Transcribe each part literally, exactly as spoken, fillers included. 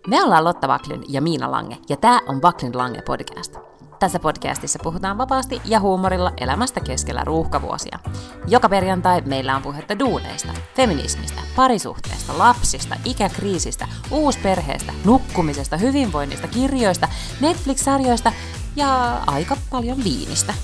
Me ollaan Lotta Backlund ja Miina Lange, ja tää on Backlund Lange podcast. Tässä podcastissa puhutaan vapaasti ja huumorilla elämästä keskellä ruuhkavuosia. Joka perjantai meillä on puhetta duuneista, feminismistä, parisuhteesta, lapsista, ikäkriisistä, uusperheestä, nukkumisesta, hyvinvoinnista, kirjoista, Netflix-sarjoista ja aika paljon viinistä.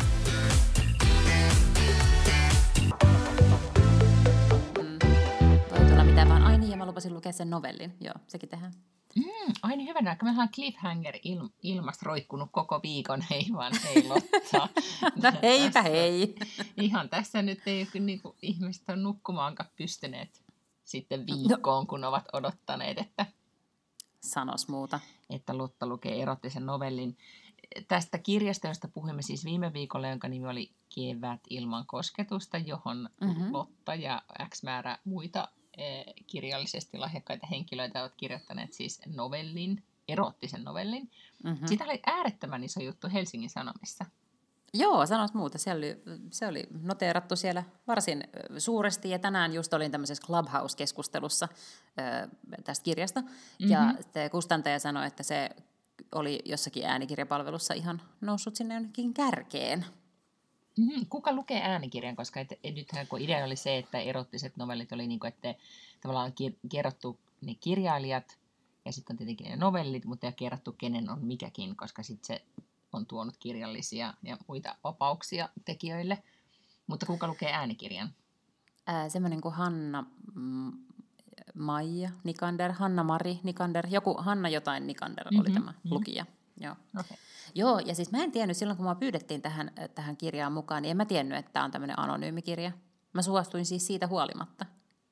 Voi tulla mitään vaan. Ai niin, ja mä lupasin lukea sen novellin. Joo, sekin tehdään. Mm, ai niin, hyvänä. Me ollaan cliffhanger il- ilmasta roikkunut koko viikon. Hei vaan, hei Lotta. No heipä hei. Ihan tässä nyt ei ole niinku ihmiset on nukkumaankaan pystyneet sitten viikkoon, no. kun ovat odottaneet, että, Sanos muuta. että Lotta lukee erottisen novellin. Tästä kirjasta, josta puhuimme siis viime viikolla, jonka nimi oli Kevät ilman kosketusta, johon mm-hmm. Lotta ja X määrä muita kirjallisesti lahjakkaita henkilöitä ovat kirjoittaneet siis novellin, erottisen novellin. Mm-hmm. Siitä oli äärettömän iso juttu Helsingin Sanomissa. Joo, sanos muuta. Se oli, se oli noteerattu siellä varsin suuresti, ja tänään just olin tämmöisessä Clubhouse-keskustelussa äh, tästä kirjasta, mm-hmm. ja kustantaja sanoi, että se oli jossakin äänikirjapalvelussa ihan noussut sinne jonnekin kärkeen. Mm-hmm. Kuka lukee äänikirjan, koska et, et, nythän kun idea oli se, että erottiset novellit oli niin kuin, että tavallaan kerrottu ne kirjailijat ja sitten on tietenkin ne novellit, mutta ei kerrottu kenen on mikäkin, koska sitten se on tuonut kirjallisia ja muita vapauksia tekijöille. Mutta kuka lukee äänikirjan? Ää, semmoinen kuin Hanna mm, Maija Nikander, Hanna-Mari Nikander, joku Hanna jotain Nikander oli mm-hmm. tämä mm-hmm. lukija. Joo. Okay. Joo, ja siis mä en tiennyt silloin, kun mua pyydettiin tähän, tähän kirjaan mukaan, niin en mä tiennyt, että tämä on tämmöinen anonyymi kirja. Mä suostuin siis siitä huolimatta.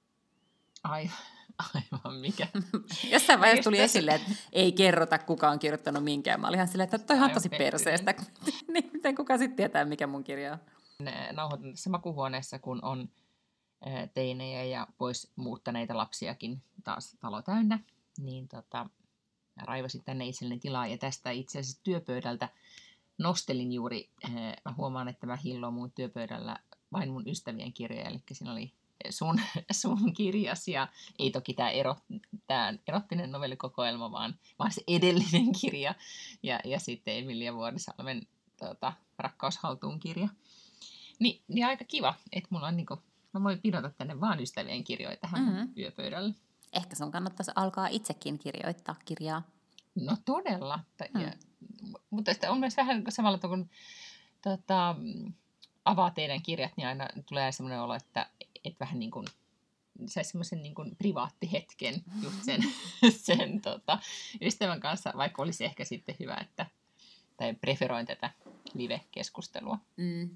Ai, aivan mikä. Jossain vaiheessa tuli esille, että ei kerrota, kuka on kirjoittanut minkään. Mä olin ihan silleen, että toi on tosi perseestä. Niin, miten kuka sitten tietää, mikä mun kirja on? Nauhoitan tässä makuhuoneessa, kun on teinejä ja pois muuttaneita lapsiakin taas talo täynnä, niin tota... raivasin tänne itselleni tilaa, ja tästä itse asiassa työpöydältä nostelin juuri, mä huomaan, että mä hilloin mun työpöydällä vain mun ystävien kirjoja, eli siinä oli sun, sun kirjas, ja ei toki tämä erot, erottinen novellikokoelma, vaan, vaan se edellinen kirja, ja, ja sitten Emilia Vuorisalmen tota, Rakkaushaltuun kirja. Ni, niin aika kiva, että mulla on niinku, mä voin pidota tänne vaan ystävien kirjoja tähän mm-hmm. työpöydälle. Ehkä sun kannattaisi alkaa itsekin kirjoittaa kirjaa. No todella. Hmm. Ja, mutta on myös vähän samalla, kun tota, avaa teidän kirjat, niin aina tulee semmoinen olo, että et vähän niin kuin saisi semmoisen niin kuin privaattihetken just sen, sen tota, ystävän kanssa, vaikka olisi ehkä sitten hyvä, että tai preferoin tätä live-keskustelua. Mm.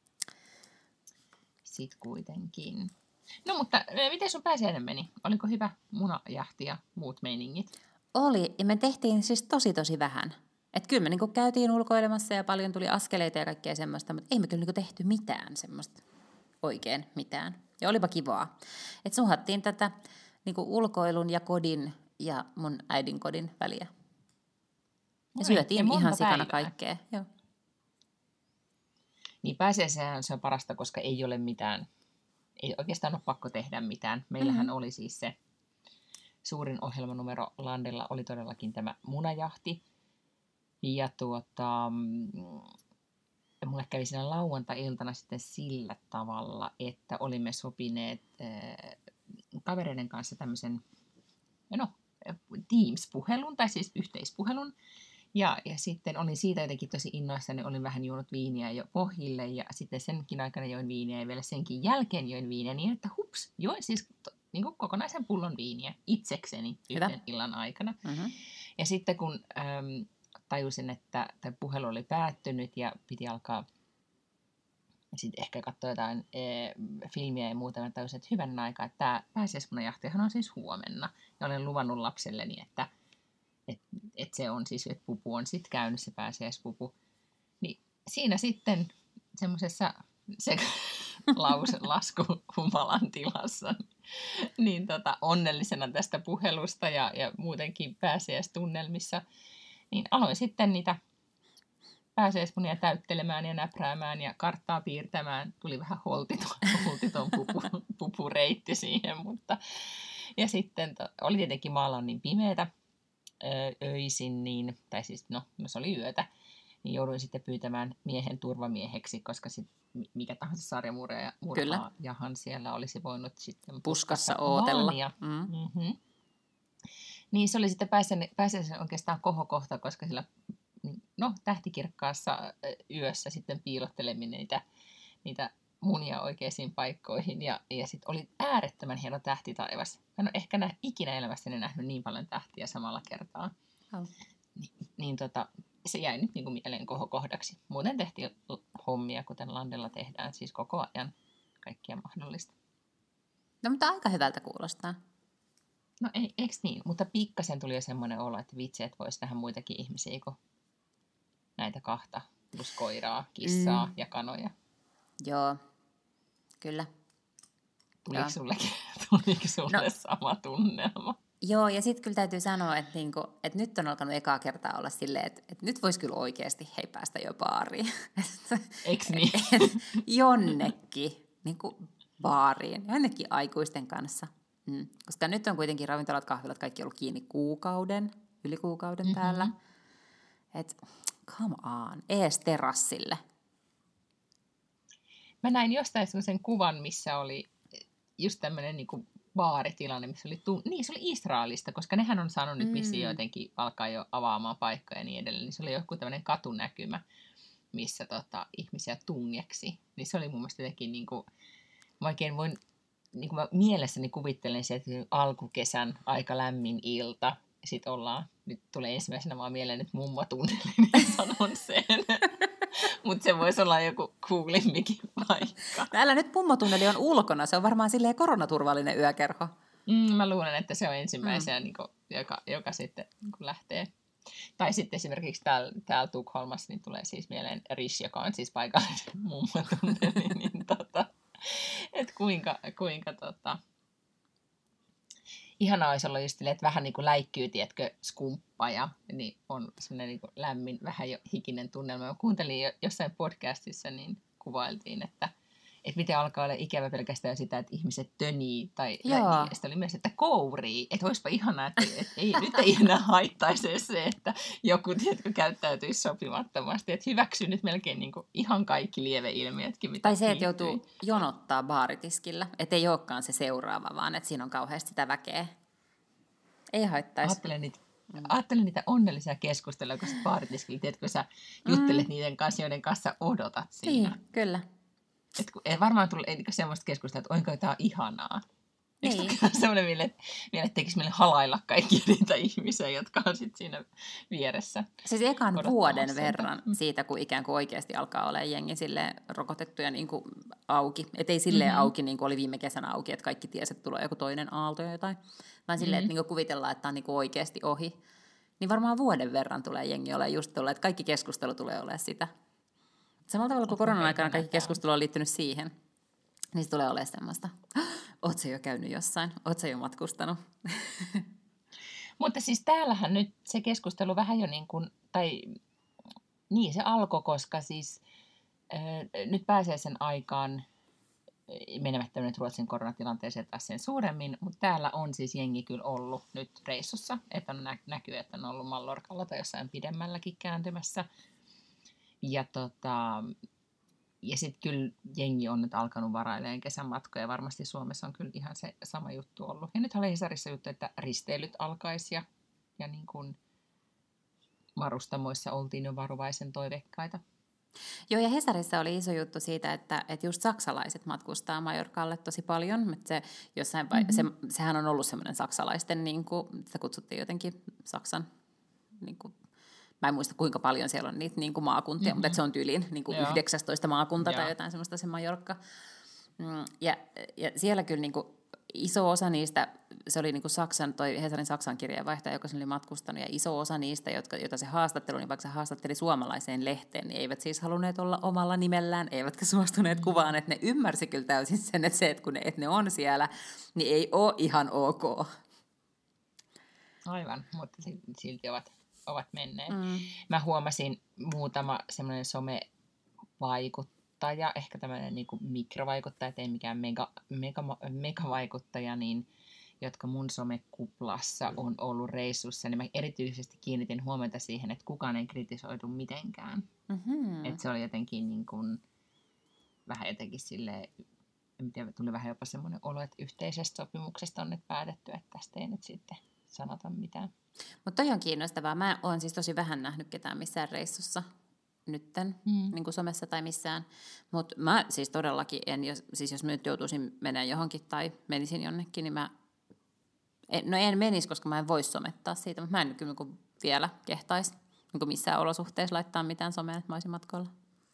Sitten kuitenkin. No mutta miten sun pääsiäinen meni? Oliko hyvä munajahti ja muut meiningit? Oli, ja me tehtiin siis tosi tosi vähän. Että kyllä me niinku käytiin ulkoilemassa ja paljon tuli askeleita ja kaikkea semmoista, mutta ei me kyllä niinku tehty mitään semmoista oikein mitään. Ja olipa kivaa. Että suhattiin tätä niinku ulkoilun ja kodin ja mun äidin kodin väliä. Ja Noin, syötiin ja ihan sikana kaikkea. Joo. Niin pääsiäisenhän se on parasta, koska ei ole mitään. Ei oikeastaan ole pakko tehdä mitään. Meillähän mm-hmm. oli siis se suurin ohjelmanumero Landella oli todellakin tämä munajahti. Ja tuota, mulle kävi siinä lauantai-iltana sitten sillä tavalla, että olimme sopineet äh, kavereiden kanssa tämmöisen no, Teams-puhelun, tai siis yhteispuhelun. Ja, ja sitten olin siitä jotenkin tosi innoissani, olin vähän juonut viiniä jo pohjille, ja sitten senkin aikana join viiniä, ja vielä senkin jälkeen join viiniä, niin että hups, join siis to, niin kuin kokonaisen pullon viiniä itsekseni Hyvä. yhden illan aikana. Mm-hmm. Ja sitten kun äm, tajusin, että tämä puhelu oli päättynyt, ja piti alkaa sitten ehkä katsoa jotain e, filmiä ja muuta, mä tajusin, että hyvän aikaa, että tämä pääsiäismunajahtihan on siis huomenna, ja olen luvannut lapselleni, että Että et se on siis, että pupu on sitten käynyt, se pääsiäispupu. Niin siinä sitten semmoisessa se laskuhumalan tilassa, niin tota, onnellisena tästä puhelusta ja, ja muutenkin pääsiäistunnelmissa, niin aloin sitten niitä pääsiäismunia täyttelemään ja näpräämään ja karttaa piirtämään. Tuli vähän holtiton, holtiton pupu, pupureitti siihen, mutta ja sitten to, oli tietenkin maalla niin pimeätä. öisin, niin, tai siis no, no se oli yötä, niin jouduin sitten pyytämään miehen turvamieheksi, koska sit mikä tahansa sarjamurhaajahan siellä olisi voinut sitten Puskassa puskassa ootella. vaania. Mm. Mm-hmm. Niin se oli sitten pääsiäisen oikeastaan kohokohta, koska sillä no, tähtikirkkaassa yössä sitten piilotteleminen niitä, niitä munia oikeisiin paikkoihin. Ja, ja sitten oli äärettömän hieno tähtitaivas. Mä en ole ehkä nä, ikinä elämässäni nähnyt niin paljon tähtiä samalla kertaa. Oh. Ni, niin tota, se jäi nyt niin kuin mieleen kohokohdaksi. Muuten tehtiin hommia, kuten Landella tehdään, siis koko ajan kaikkia mahdollista. No, mutta aika hyvältä kuulostaa. No ei, eikö niin? Mutta pikkasen tuli jo semmoinen olo, että vitsi, että voisi tähän muitakin ihmisiä kuin näitä kahta, plus koiraa, kissaa mm. ja kanoja. Joo, kyllä. Tuliko Joo. sullekin tuliko sulle no. sama tunnelma? Joo, ja sitten kyllä täytyy sanoa, että, niinku, että nyt on alkanut ekaa kertaa olla silleen, että, että nyt voisi kyllä oikeasti hei päästä jo baariin. Eikö niin? Jonnekin niinku baariin, jonnekin aikuisten kanssa. Mm. Koska nyt on kuitenkin ravintolat, kahvilat, kaikki ollut kiinni kuukauden, yli kuukauden mm-hmm. täällä. Et come on, ees terassille. Mä näin jostain sellaisen kuvan, missä oli just tämmöinen niinku baaritilanne, missä oli, tu- niin se oli Israelista, koska nehän on saanut nyt vissiin mm. jotenkin alkaa jo avaamaan paikkoja ja niin edelleen, niin se oli joku tämmöinen katunäkymä, missä tota, ihmisiä tungeksi. Niin se oli mun mielestä jotenkin niinku, mä oikein voin, niin kuin mä mielessäni kuvittelen se, että alkukesän aika lämmin ilta, sitten ollaan, nyt tulee ensimmäisenä vaan mieleen, että mummo tunneli, niin sanon sen. Mutta se voisi olla joku coolimpikin paikka. Täällä nyt mummotunneli on ulkona, se on varmaan silleen koronaturvallinen yökerho. Mm, mä luulen, että se on ensimmäisenä, mm. niin kuin, joka, joka sitten niin kuin lähtee. Tai sitten esimerkiksi täällä, täällä Tukholmassa niin tulee siis mieleen Rish, joka on siis paikallinen mummotunneli, niin tota, että kuinka, kuinka tota, ihanaa olisi olla just, että vähän niin kuin läikkyy, tiedätkö, skumppa ja niin on semmoinen niin kuin lämmin, vähän jo hikinen tunnelma. Mä kuuntelin jo, jossain podcastissa, niin kuvailtiin, että, että miten alkaa olla ikävä pelkästään sitä, että ihmiset tönii, tai niin, ja sitten oli myös, että kourii, että olisipa ihanaa, että, että ei, nyt ei enää haittaisi se, että joku, tiedätkö, käyttäytyisi sopimattomasti, että hyväksyy nyt melkein niin kuin ihan kaikki lieveilmiötkin, mitä tai se, että joutuu jonottaa baaritiskillä, että ei olekaan se seuraava, vaan että siinä on kauheasti sitä väkeä. Ei haittaisi. Ajattelen niitä, mm. ajattelen niitä onnellisia keskusteluja, kun sä baaritiskillä, tiedätkö, sä juttelet mm. niiden kanssa, joiden kanssa odotat siinä. Niin, kyllä. Et ei varmaan tule semmoista keskustelua, että oinko tämä ihanaa. Eikö niin. Tämä semmoinen, mille, mille tekisi meille halailla kaikkia niitä ihmisiä, jotka on sitten siinä vieressä. Siis ekan vuoden sieltä. Verran siitä, kun ikään kuin oikeasti alkaa olla jengi silleen rokotettuja niin kuin auki. Että ei silleen mm-hmm. auki, niin kuin oli viime kesänä auki, että kaikki tiesi, että tulee joku toinen aalto ja jotain. Vaan silleen, mm-hmm. että niin kuvitellaan, että tämä on niin kuin oikeasti ohi. Niin varmaan vuoden verran tulee jengi olemaan just tuolla, että kaikki keskustelu tulee olemaan sitä. Samalla tavalla kuin koronan aikana kaikki keskustelu on liittynyt siihen, niin se tulee olemaan semmoista. Oot sä jo käynyt jossain? Oot sä jo matkustanut? Mutta siis täällähän nyt se keskustelu vähän jo niin kuin, tai niin se alkoi, koska siis äh, nyt pääsee sen aikaan, menemättä nyt Ruotsin koronatilanteeseen taas sen suuremmin, mutta täällä on siis jengi kyllä ollut nyt reissussa, että on nä- näkyy, että on ollut Mallorcalla tai jossain pidemmälläkin kääntymässä. Ja, tota, ja sitten kyllä jengi on nyt alkanut varailemaan kesämatkoja, ja varmasti Suomessa on kyllä ihan se sama juttu ollut. Ja nyt oli Hesarissa juttu, että risteilyt alkaisi, ja, ja niin kuin varustamoissa oltiin jo varovaisen toiveikkaita. Joo, ja Hesarissa oli iso juttu siitä, että, että just saksalaiset matkustaa Majorkalle tosi paljon. Että se, jossain, mm-hmm. se, sehän on ollut semmoinen saksalaisten, niin kuin, sitä kutsuttiin jotenkin Saksan... Niin kuin, mä en muista, kuinka paljon siellä on niitä niin kuin maakuntia, mm-hmm. mutta se on tyyliin niin kuin yhdeksästoista maakunta Joo. tai jotain semmoista se Majorkka. Ja, ja siellä kyllä niin kuin iso osa niistä, se oli niin kuin Saksan, toi Hesarin Saksan kirjeenvaihtaja, joka oli matkustanut, ja iso osa niistä, jotka, joita se haastattelu, niin vaikka se haastatteli suomalaiseen lehteen, niin eivät siis halunneet olla omalla nimellään, eivätkä suostuneet kuvaan, että ne ymmärsi kyllä täysin sen, että se, että kun ne, että ne on siellä, niin ei ole ihan ok. Aivan, mutta silti ovat... ovat menneet. Mm. Mä huomasin muutama semmoinen somevaikuttaja, ehkä tämmöinen niin kuin mikrovaikuttaja, ei mikään mega, mega, megavaikuttaja, niin jotka mun somekuplassa on ollut reissussa, niin mä erityisesti kiinnitin huomiota siihen, että kukaan ei kritisoidu mitenkään. Mm-hmm. Että se oli jotenkin niin kuin, vähän jotenkin silleen, en tiedä, tuli vähän jopa semmoinen olo, että yhteisestä sopimuksesta on nyt päätetty, että tästä ei nyt sitten sanota mitään. Mutta toi on kiinnostavaa. Mä oon siis tosi vähän nähnyt ketään missään reissussa nytten, mm. niin kuin somessa tai missään. Mutta mä siis todellakin en, jos, siis jos mä nyt joutuisin menemään johonkin tai menisin jonnekin, niin mä, en, no en menisi, koska mä en voi somettaa siitä, mutta mä en kyllä niin vielä kehtaisi niin missään olosuhteissa laittaa mitään somea, että mä olisin matkalla.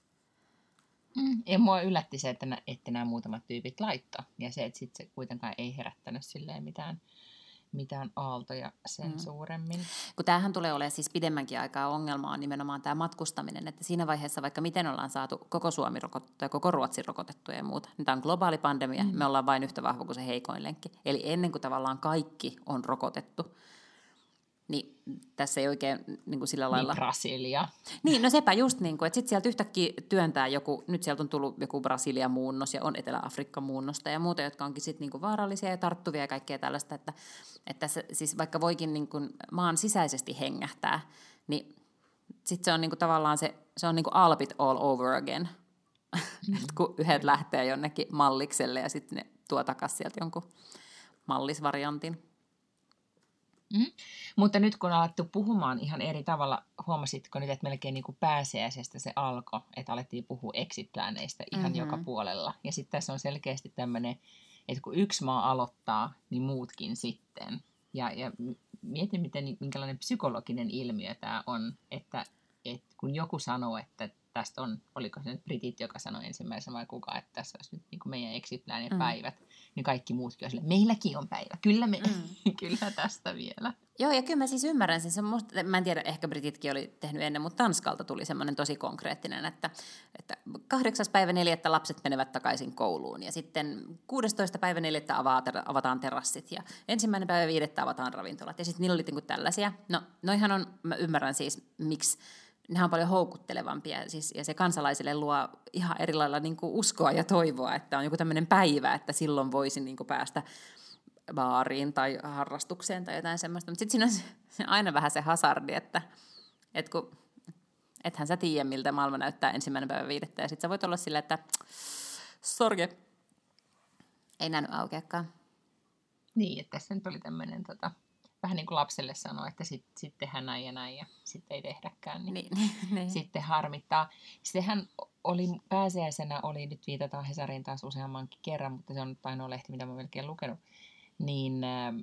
Mm. Ja mua yllätti se, että, nä, että nämä muutamat tyypit laittaa. Ja se, että sit se kuitenkaan ei herättänyt silleen mitään, mitään aaltoja sen mm. suuremmin. Kun tämähän tulee olemaan siis pidemmänkin aikaa ongelmaa nimenomaan tämä matkustaminen, että siinä vaiheessa vaikka miten ollaan saatu koko Suomi rokotettu ja koko Ruotsi rokotettu ja muuta, niin tämä on globaali pandemia, mm. me ollaan vain yhtä vahva kuin se heikoin lenkki. Eli ennen kuin tavallaan kaikki on rokotettu, niin tässä ei oikein niin kuin sillä lailla... Niin Brasilia. Niin, no sepä just niin kuin, että sitten sieltä yhtäkkiä työntää joku, nyt sieltä on tullut joku Brasilia-muunnos ja on Etelä-Afrikka-muunnosta ja muuta, jotka onkin sitten niin kuin vaarallisia ja tarttuvia ja kaikkea tällaista, että, että tässä, siis vaikka voikin niin kuin maan sisäisesti hengähtää, niin sitten se on niin kuin tavallaan se, se on niin kuin Alpit all over again, mm. kun yhdet lähtee jonnekin mallikselle ja sitten ne tuo takaisin sieltä jonkun mallisvariantin. Mm. Mutta nyt kun on alettu puhumaan ihan eri tavalla, huomasitko nyt, että melkein niin kuin pääsiäisestä se alkoi, että alettiin puhua exit-plääneistä ihan mm-hmm. joka puolella. Ja sitten tässä on selkeästi tämmöinen, että kun yksi maa aloittaa, niin muutkin sitten. Ja, ja mietin, miten, minkälainen psykologinen ilmiö tämä on, että, että kun joku sanoo, että tästä on, oliko se nyt britit, joka sanoi ensimmäisenä vai kuka, että tässä olisi nyt niin kuin meidän exit-plänien mm. päivät, niin kaikki muutkin on silleen, meilläkin on päivä, kyllä, me, mm. kyllä tästä vielä. Joo, ja kyllä mä siis ymmärrän sen. Se musta, mä en tiedä, ehkä brititkin oli tehnyt ennen, mutta Tanskalta tuli semmoinen tosi konkreettinen, että, että kahdeksas päivä neljättä lapset menevät takaisin kouluun, ja sitten kuudestoista päivä neljättä avataan terassit, ja ensimmäinen päivä viidettä avataan ravintolat, ja sitten niillä oli niin tällaisia. No, noihan on, mä ymmärrän siis, miksi nehän on paljon houkuttelevampia, siis, ja se kansalaisille luo ihan eri lailla niin kuin uskoa ja toivoa, että on joku tämmöinen päivä, että silloin voisi niin kuin päästä baariin tai harrastukseen tai jotain semmoista. Mutta sitten siinä on se, se aina vähän se hasardi, että et kun, ethän sä tiedä, miltä maailma näyttää ensimmäinen päivä viidettä, ja sitten sä voit olla silleen, että sorge, ei nähnyt aukeakaan. Niin, että tässä nyt oli tämmöinen tota, vähän niin kuin lapselle sanoo, että sitten sit tehdään näin ja näin ja sitten ei tehdäkään, niin, niin, niin. sitten harmittaa. Sittenhän oli, pääsiäisenä oli, nyt viitataan Hesariin taas useammankin kerran, mutta se on nyt ainoa lehti, mitä mä oon melkein lukenut, niin äh,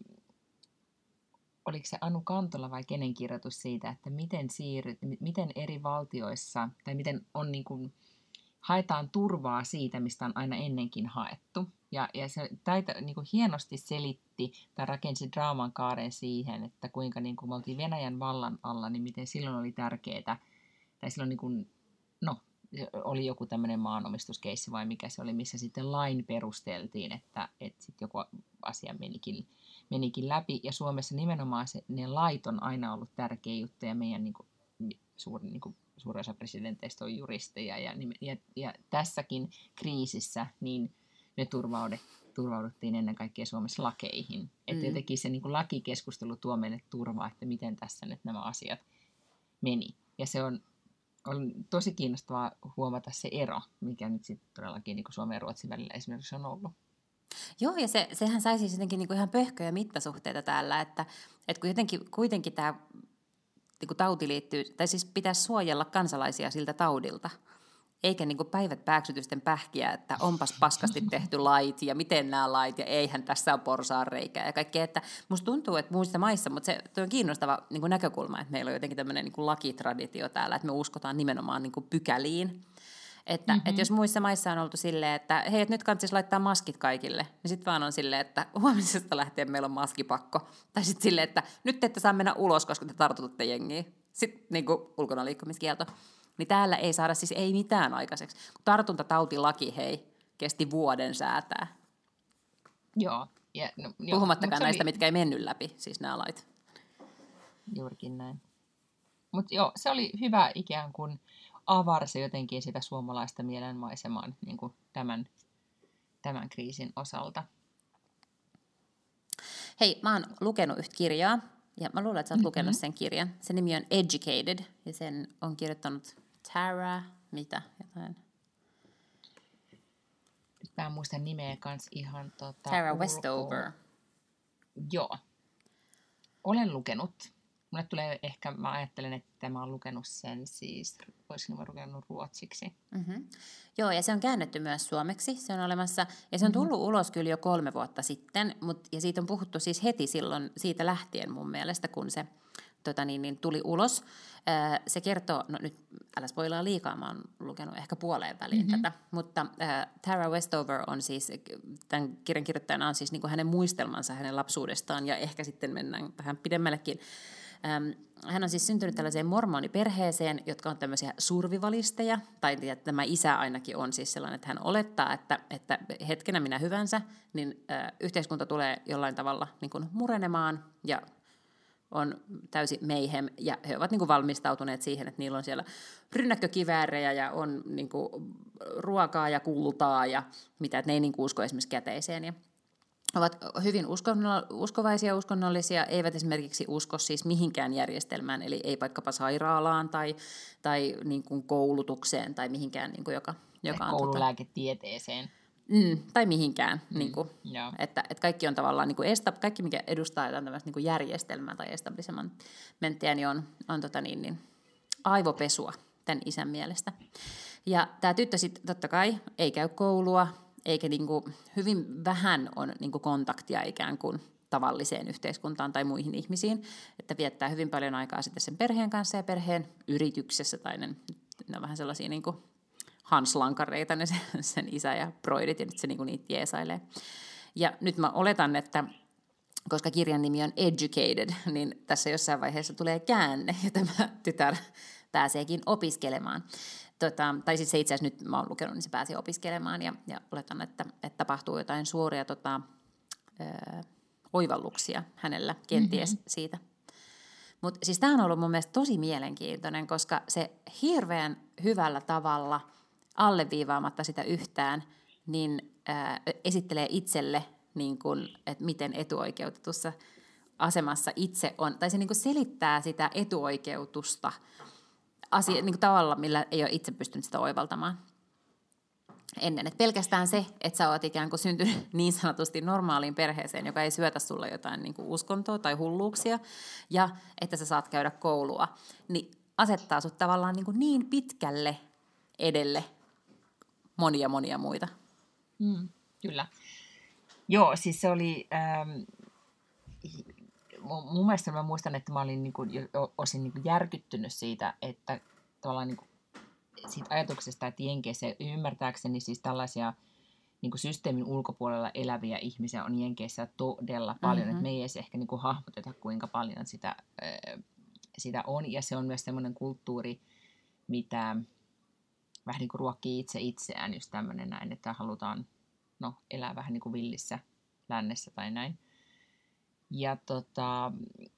oliko se Anu Kantola vai kenen kirjoitus siitä, että miten, siirryt, miten eri valtioissa, tai miten on niin kuin, haetaan turvaa siitä, mistä on aina ennenkin haettu. Ja, ja se taita, niin kuin hienosti selitti tai rakensi draaman kaaren siihen, että kuinka niin kuin me oltiin Venäjän vallan alla, niin miten silloin oli tärkeää, tai silloin niin kuin, no, oli joku tämmöinen maanomistuskeissi vai mikä se oli, missä sitten lain perusteltiin, että, että sitten joku asia menikin, menikin läpi. Ja Suomessa nimenomaan se, ne lait on aina ollut tärkeä juttu, ja meidän niin kuin, suuri, niin kuin, suuri osa presidenteistä on juristeja, ja, ja, ja tässäkin kriisissä niin me turvauduttiin ennen kaikkea Suomessa lakeihin. Mm. Että jotenkin se niin kuin lakikeskustelu tuo meille turvaa, että miten tässä nyt nämä asiat meni. Ja se on, on tosi kiinnostavaa huomata se ero, mikä nyt sitten todellakin niin kuin Suomen ja Ruotsin välillä esimerkiksi on ollut. Joo, ja se, sehän sai siis jotenkin niin kuin ihan pöhköjä mittasuhteita täällä, että, että kun jotenkin kuitenkin tämä niin kuin tauti liittyy, tai siis pitäisi suojella kansalaisia siltä taudilta, eikä niin kuin päivät pääksytysten pähkiä, että onpas paskasti tehty lait ja miten nämä lait ja eihän tässä ole porsaanreikää ja kaikkea. Että musta tuntuu, että muissa maissa, mutta se on kiinnostava niin kuin näkökulma, että meillä on jotenkin tämmöinen niin kuin lakitraditio täällä, että me uskotaan nimenomaan niin kuin pykäliin. Että, mm-hmm. että jos muissa maissa on oltu silleen, että hei, että nyt kannattaisi laittaa maskit kaikille, niin sitten vaan on silleen, että huomisesta lähtien meillä on maskipakko. Tai sitten silleen, että nyt te ette saa mennä ulos, koska te tartutatte jengiä. Sitten niin kuin ulkona liikkumiskielto. Niin täällä ei saada siis ei mitään aikaiseksi. Kun tartuntatautilaki, hei, kesti vuoden säätää. Joo. Ja, no, puhumattakaan näistä, oli... mitkä ei mennyt läpi, siis nämä lait. Juurikin näin. Mutta joo, se oli hyvä ikään kuin avarsi jotenkin sitä suomalaista mielenmaisemaa niin kuin tämän, tämän kriisin osalta. Hei, mä oon lukenut yhtä kirjaa, ja mä luulen, että sä oot mm-hmm. lukenut sen kirjan. Sen nimi on Educated, ja sen on kirjoittanut Tara, mitä, jotain. Mä en muista nimeä kans ihan tota... Tara Westover. Joo. Olen lukenut. Mulle tulee ehkä, mä ajattelen, että mä oon lukenut sen siis, voisinko mä lukenut ruotsiksi. Mm-hmm. Joo, ja se on käännetty myös suomeksi, se on olemassa, ja se on tullut mm-hmm. ulos kyllä jo kolme vuotta sitten, mut, ja siitä on puhuttu siis heti silloin, siitä lähtien mun mielestä, kun se tota niin, niin tuli ulos. Äh, se kertoo, no nyt älä spoilaa liikaa, mä oon lukenut ehkä puoleen väliin mm-hmm. tätä, mutta äh, Tara Westover on siis, tämän kirjan kirjoittajana on siis niin kuin hänen muistelmansa hänen lapsuudestaan, ja ehkä sitten mennään vähän pidemmällekin. Hän on siis syntynyt tällaiseen mormoniperheeseen, jotka on tämmöisiä survivalisteja, tai tämä isä ainakin on siis sellainen, että hän olettaa, että, että hetkenä minä hyvänsä, niin äh, yhteiskunta tulee jollain tavalla niin kuin murenemaan, ja on täysi mayhem, ja he ovat niin kuin valmistautuneet siihen, että niillä on siellä rynnäkkökiväärejä, ja on niin kuin ruokaa ja kultaa, ja mitä, että ne ei niin kuin usko esimerkiksi käteiseen, ja ovat hyvin uskovaisia, uskonnollisia, eivät esimerkiksi usko siis mihinkään järjestelmään, eli ei vaikkapa sairaalaan tai, tai niin kuin koulutukseen tai mihinkään, niin kuin joka, joka on... Koululääketieteeseen. Mm, tai mihinkään. Mm, niin kuin, että, että kaikki on tavallaan, niin kuin esta, kaikki mikä edustaa jotain tämmöistä niin kuin järjestelmää tai establishmenttia, niin on, on tota niin, niin, aivopesua tämän isän mielestä. Ja tämä tyttö sitten totta kai ei käy koulua, eikä niin kuin, hyvin vähän on niin kuin kontaktia ikään kuin tavalliseen yhteiskuntaan tai muihin ihmisiin, että viettää hyvin paljon aikaa sitten sen perheen kanssa ja perheen yrityksessä, tai ne, ne on vähän sellaisia niin kuin hanslankareita, ne sen, sen isä ja broidit, ja nyt se niin kuin niitä jeesailee. Ja nyt mä oletan, että koska kirjan nimi on Educated, niin tässä jossain vaiheessa tulee käänne, ja tämä tytär pääseekin opiskelemaan. Tota, tai siis se itse asiassa nyt mä oon lukenut, niin se pääsi opiskelemaan ja, ja oletan, että, että tapahtuu jotain suoria tota, ö, oivalluksia hänellä kenties mm-hmm. siitä. Mutta siis tämä on ollut mun mielestä tosi mielenkiintoinen, koska se hirveän hyvällä tavalla alleviivaamatta sitä yhtään, niin ö, esittelee itselle, niin kun, että miten etuoikeutetussa asemassa itse on, tai se niin kun selittää sitä etuoikeutusta asia, niin kuin tavalla, millä ei ole itse pystynyt sitä oivaltamaan ennen. Et pelkästään se, että sä oot ikään kuin syntynyt niin sanotusti normaaliin perheeseen, joka ei syötä sulle jotain niin kuin uskontoa tai hulluuksia, ja että sä saat käydä koulua, niin asettaa sut tavallaan niin, kuin niin pitkälle edelle monia monia muita. Mm, kyllä. Joo, siis se oli... Ähm... Mun mielestä mä muistan, että mä olin niin kuin, osin niin kuin järkyttynyt siitä, että tavallaan niin kuin, siitä ajatuksesta, että Jenkeissä ymmärtääkseni siis tällaisia niin kuin systeemin ulkopuolella eläviä ihmisiä on Jenkeissä todella paljon, mm-hmm. että me ei edes ehkä niin kuin hahmoteta, kuinka paljon sitä, sitä on, ja se on myös semmoinen kulttuuri, mitä vähän niin kuin ruokkii itse itseään, just tämmöinen näin, että halutaan no, elää vähän niin kuin villissä lännessä tai näin. Ja tota,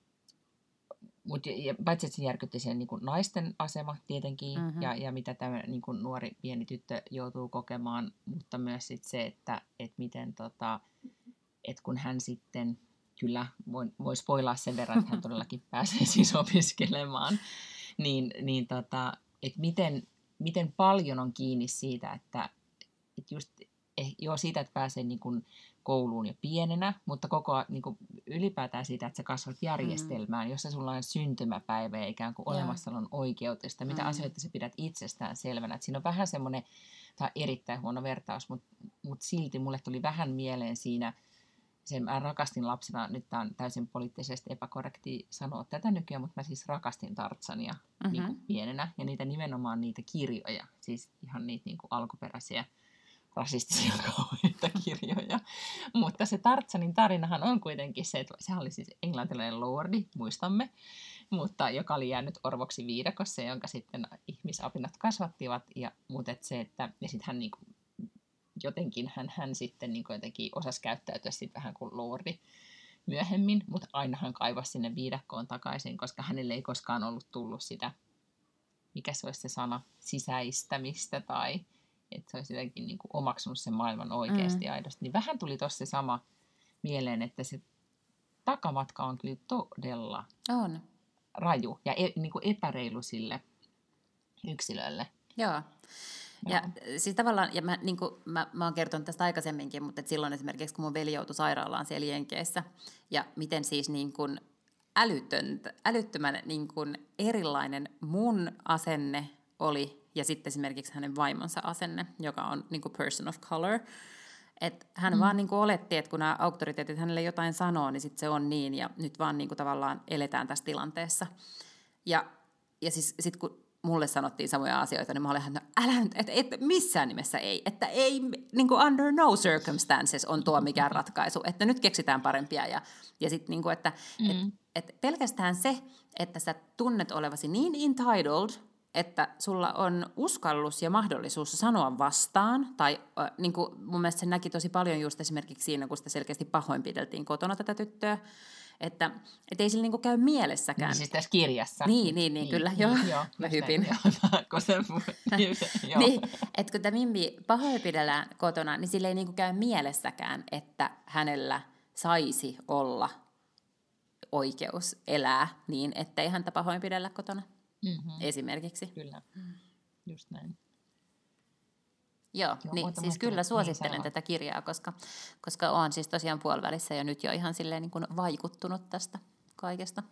mut, ja paitsi että se järkytti sen niin kuin naisten asema tietenkin, mm-hmm. ja, ja mitä tämä niin kuin nuori pieni tyttö joutuu kokemaan, mutta myös sit se, että et miten, tota, et kun hän sitten, kyllä voi, voi spoilaa sen verran, että hän todellakin pääsee siis opiskelemaan, niin, niin tota, että miten, miten paljon on kiinni siitä, että et just eh, joo, siitä, että pääsee niin kuin kouluun jo pienenä, mutta koko niin kuin ylipäätään siitä, että sä kasvat järjestelmään, mm. jossa sulla on syntymäpäivä ja ikään kuin olemassaolon oikeutesta, mitä mm. asioita sä pidät itsestään selvänä. Et siinä on vähän semmoinen, tämä on erittäin huono vertaus, mutta, mutta silti mulle tuli vähän mieleen siinä, sen mä rakastin lapsena, nyt tämä on täysin poliittisesti epäkorrekti sanoa tätä nykyään, mutta mä siis rakastin Tarzania mm-hmm. niin kuin pienenä, ja niitä nimenomaan niitä kirjoja, siis ihan niitä niin kuin alkuperäisiä rasistisia kauheita kirjoja. Mutta se Tarzanin tarinahan on kuitenkin se, että sehän oli siis englantilainen lordi, muistamme, mutta joka oli jäänyt orvoksi viidakossa, jonka sitten ihmisapinat kasvattivat. Ja, mutta et se, että, ja sitten hän niin kuin, jotenkin hän, hän sitten niin kuin jotenkin osasi käyttäytyä sitten vähän kuin lordi myöhemmin, mutta aina hän kaivasi sinne viidakkoon takaisin, koska hänelle ei koskaan ollut tullut sitä, mikä se olisi se sana, sisäistämistä tai että se olisi jotenkin niin kuin omaksunut sen maailman oikeasti mm. aidosti. Niin vähän tuli tuossa se sama mieleen, että se takamatka on kyllä todella On. raju ja e, niin kuin epäreilu sille yksilölle. Joo. Ja siis tavallaan, ja mä, niin kuin, mä, mä oon kertonut tästä aikaisemminkin, mutta silloin esimerkiksi, kun mun veli joutui sairaalaan siellä Jenkeissä, ja miten siis niin kuin älytön, älyttömän niin kuin erilainen mun asenne oli, ja sitten esimerkiksi hänen vaimonsa asenne, joka on niin kuin person of color. Että hän mm. vaan niin kuin oletti, että kun nämä auktoriteetit hänelle jotain sanoo, niin sitten se on niin, ja nyt vaan niin kuin tavallaan eletään tässä tilanteessa. Ja, ja siis sitten kun mulle sanottiin samoja asioita, niin mä olin, että älä nyt, että, että missään nimessä ei, että ei, niin kuin under no circumstances on tuo mikään ratkaisu, että nyt keksitään parempia. Ja, ja sitten niin kuin, että mm. et, et pelkästään se, että sä tunnet olevasi niin entitled, että sulla on uskallus ja mahdollisuus sanoa vastaan, tai äh, niin kuin mun mielestä se näki tosi paljon just esimerkiksi siinä, kun sitä selkeästi pahoinpideltiin kotona tätä tyttöä, että et ei sillä niin kuin käy mielessäkään. Niin siis tässä kirjassa. Niin, niin, niin, niin kyllä, joo, joo mä hypin. Niin, että kun tämä Mimmi pahoinpidellään kotona, niin sillä ei niin kuin käy mielessäkään, että hänellä saisi olla oikeus elää niin, ettei häntä pahoinpidellä kotona. Mm-hmm. Esimerkiksi. Kyllä, just näin. Joo, Joo niin, siis kyllä suosittelen niin tätä kirjaa, koska, koska olen siis tosiaan puolivälissä jo nyt jo ihan silleen niin kuin vaikuttunut tästä kaikesta.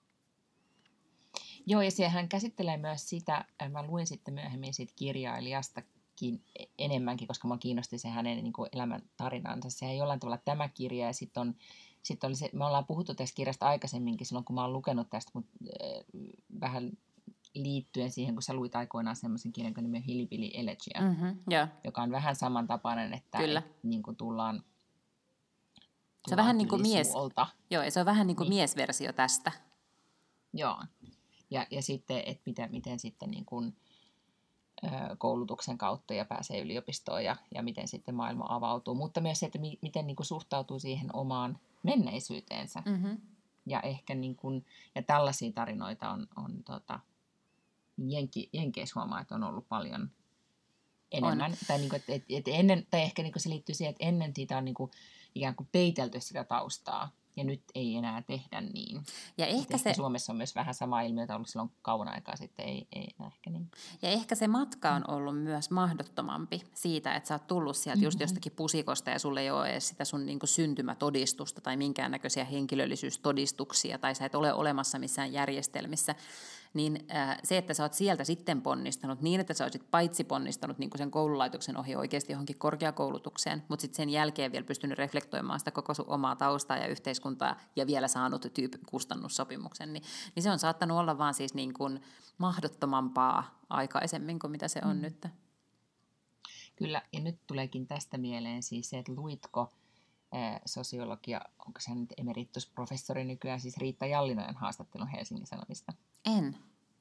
Joo, ja sehän käsittelee myös sitä, mä luin sitten myöhemmin siitä kirjailijastakin enemmänkin, koska mä kiinnosti se hänen niin kuin elämän tarinansa. Sehän jollain tavalla tämä kirja, ja sitten on sitten oli se, me ollaan puhuttu tästä kirjasta aikaisemminkin silloin, kun mä oon lukenut tästä, mutta äh, vähän liittyen siihen, kun sä luit aikoinaan semmoisen kirjan, kun nimi on Hillbilly Elegia, mm-hmm, yeah. joka on vähän samantapainen, että et, niin kuin tullaan, tullaan se on vähän niin kuin mies, joo, ja se on vähän niin kuin niin. miesversio tästä. Joo, ja, ja sitten, että miten, miten sitten niin kuin, ö, koulutuksen kautta ja pääsee yliopistoon ja, ja miten sitten maailma avautuu, mutta myös se, että mi, miten niin kuin suhtautuu siihen omaan menneisyyteensä. Mm-hmm. Ja ehkä niin kuin, ja tällaisia tarinoita on, on tota, Jenki, Jenkeissä huomaa, että on ollut paljon enemmän. On. Tai, niin kuin, että, että ennen, tai ehkä niin kuin se liittyy siihen, että ennen siitä on niin kuin, ikään kuin peitelty sitä taustaa. Ja nyt ei enää tehdä niin. Ja ehkä se... Suomessa on myös vähän sama ilmiö, ollut silloin kauan aikaa sitten, ei, ei enää ehkä niin. Ja ehkä se matka on ollut myös mahdottomampi siitä, että sä oot tullut sieltä mm-hmm. just jostakin pusikosta ja sulle ei ole edes sitä sun niin kuin syntymätodistusta tai minkäännäköisiä henkilöllisyystodistuksia tai sä et ole olemassa missään järjestelmissä. Niin äh, se, että sä oot sieltä sitten ponnistanut niin, että sä olisit paitsi ponnistanut niin kuin sen koululaitoksen ohi oikeasti johonkin korkeakoulutukseen, mutta sitten sen jälkeen vielä pystynyt reflektoimaan sitä koko sun omaa taustaa ja yhteiskuntaa ja vielä saanut tyyppi-kustannussopimuksen, niin, niin se on saattanut olla vaan siis niin kuin mahdottomampaa aikaisemmin kuin mitä se on mm. nyt. Kyllä, ja nyt tuleekin tästä mieleen siis se, että luitko äh, sosiologia, onko se nyt emeritusprofessori nykyään, siis Riitta Jallinojen haastattelun Helsingin Sanomista? En.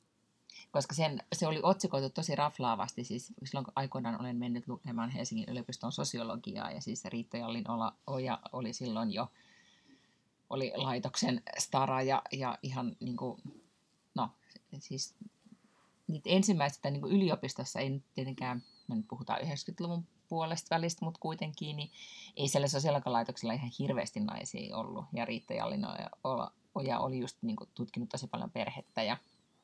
Koska sen, se oli otsikoitu tosi raflaavasti, siis silloin aikoinaan olen mennyt lukemaan Helsingin yliopiston sosiologiaa, ja siis Riitta Jallinoja oli silloin jo, oli laitoksen stara, ja, ja ihan niin kuin, no siis niitä ensimmäistä niin kuin yliopistossa ei nyt tietenkään, me nyt puhutaan yhdeksänkymmentäluvun puolesta välistä, mutta kuitenkin, niin ei siellä sosiologialaitoksella ihan hirveästi naisia ollut, ja Riitta Jallinoja Oja oli just niin kuin, tutkinut tosi paljon perhettä ja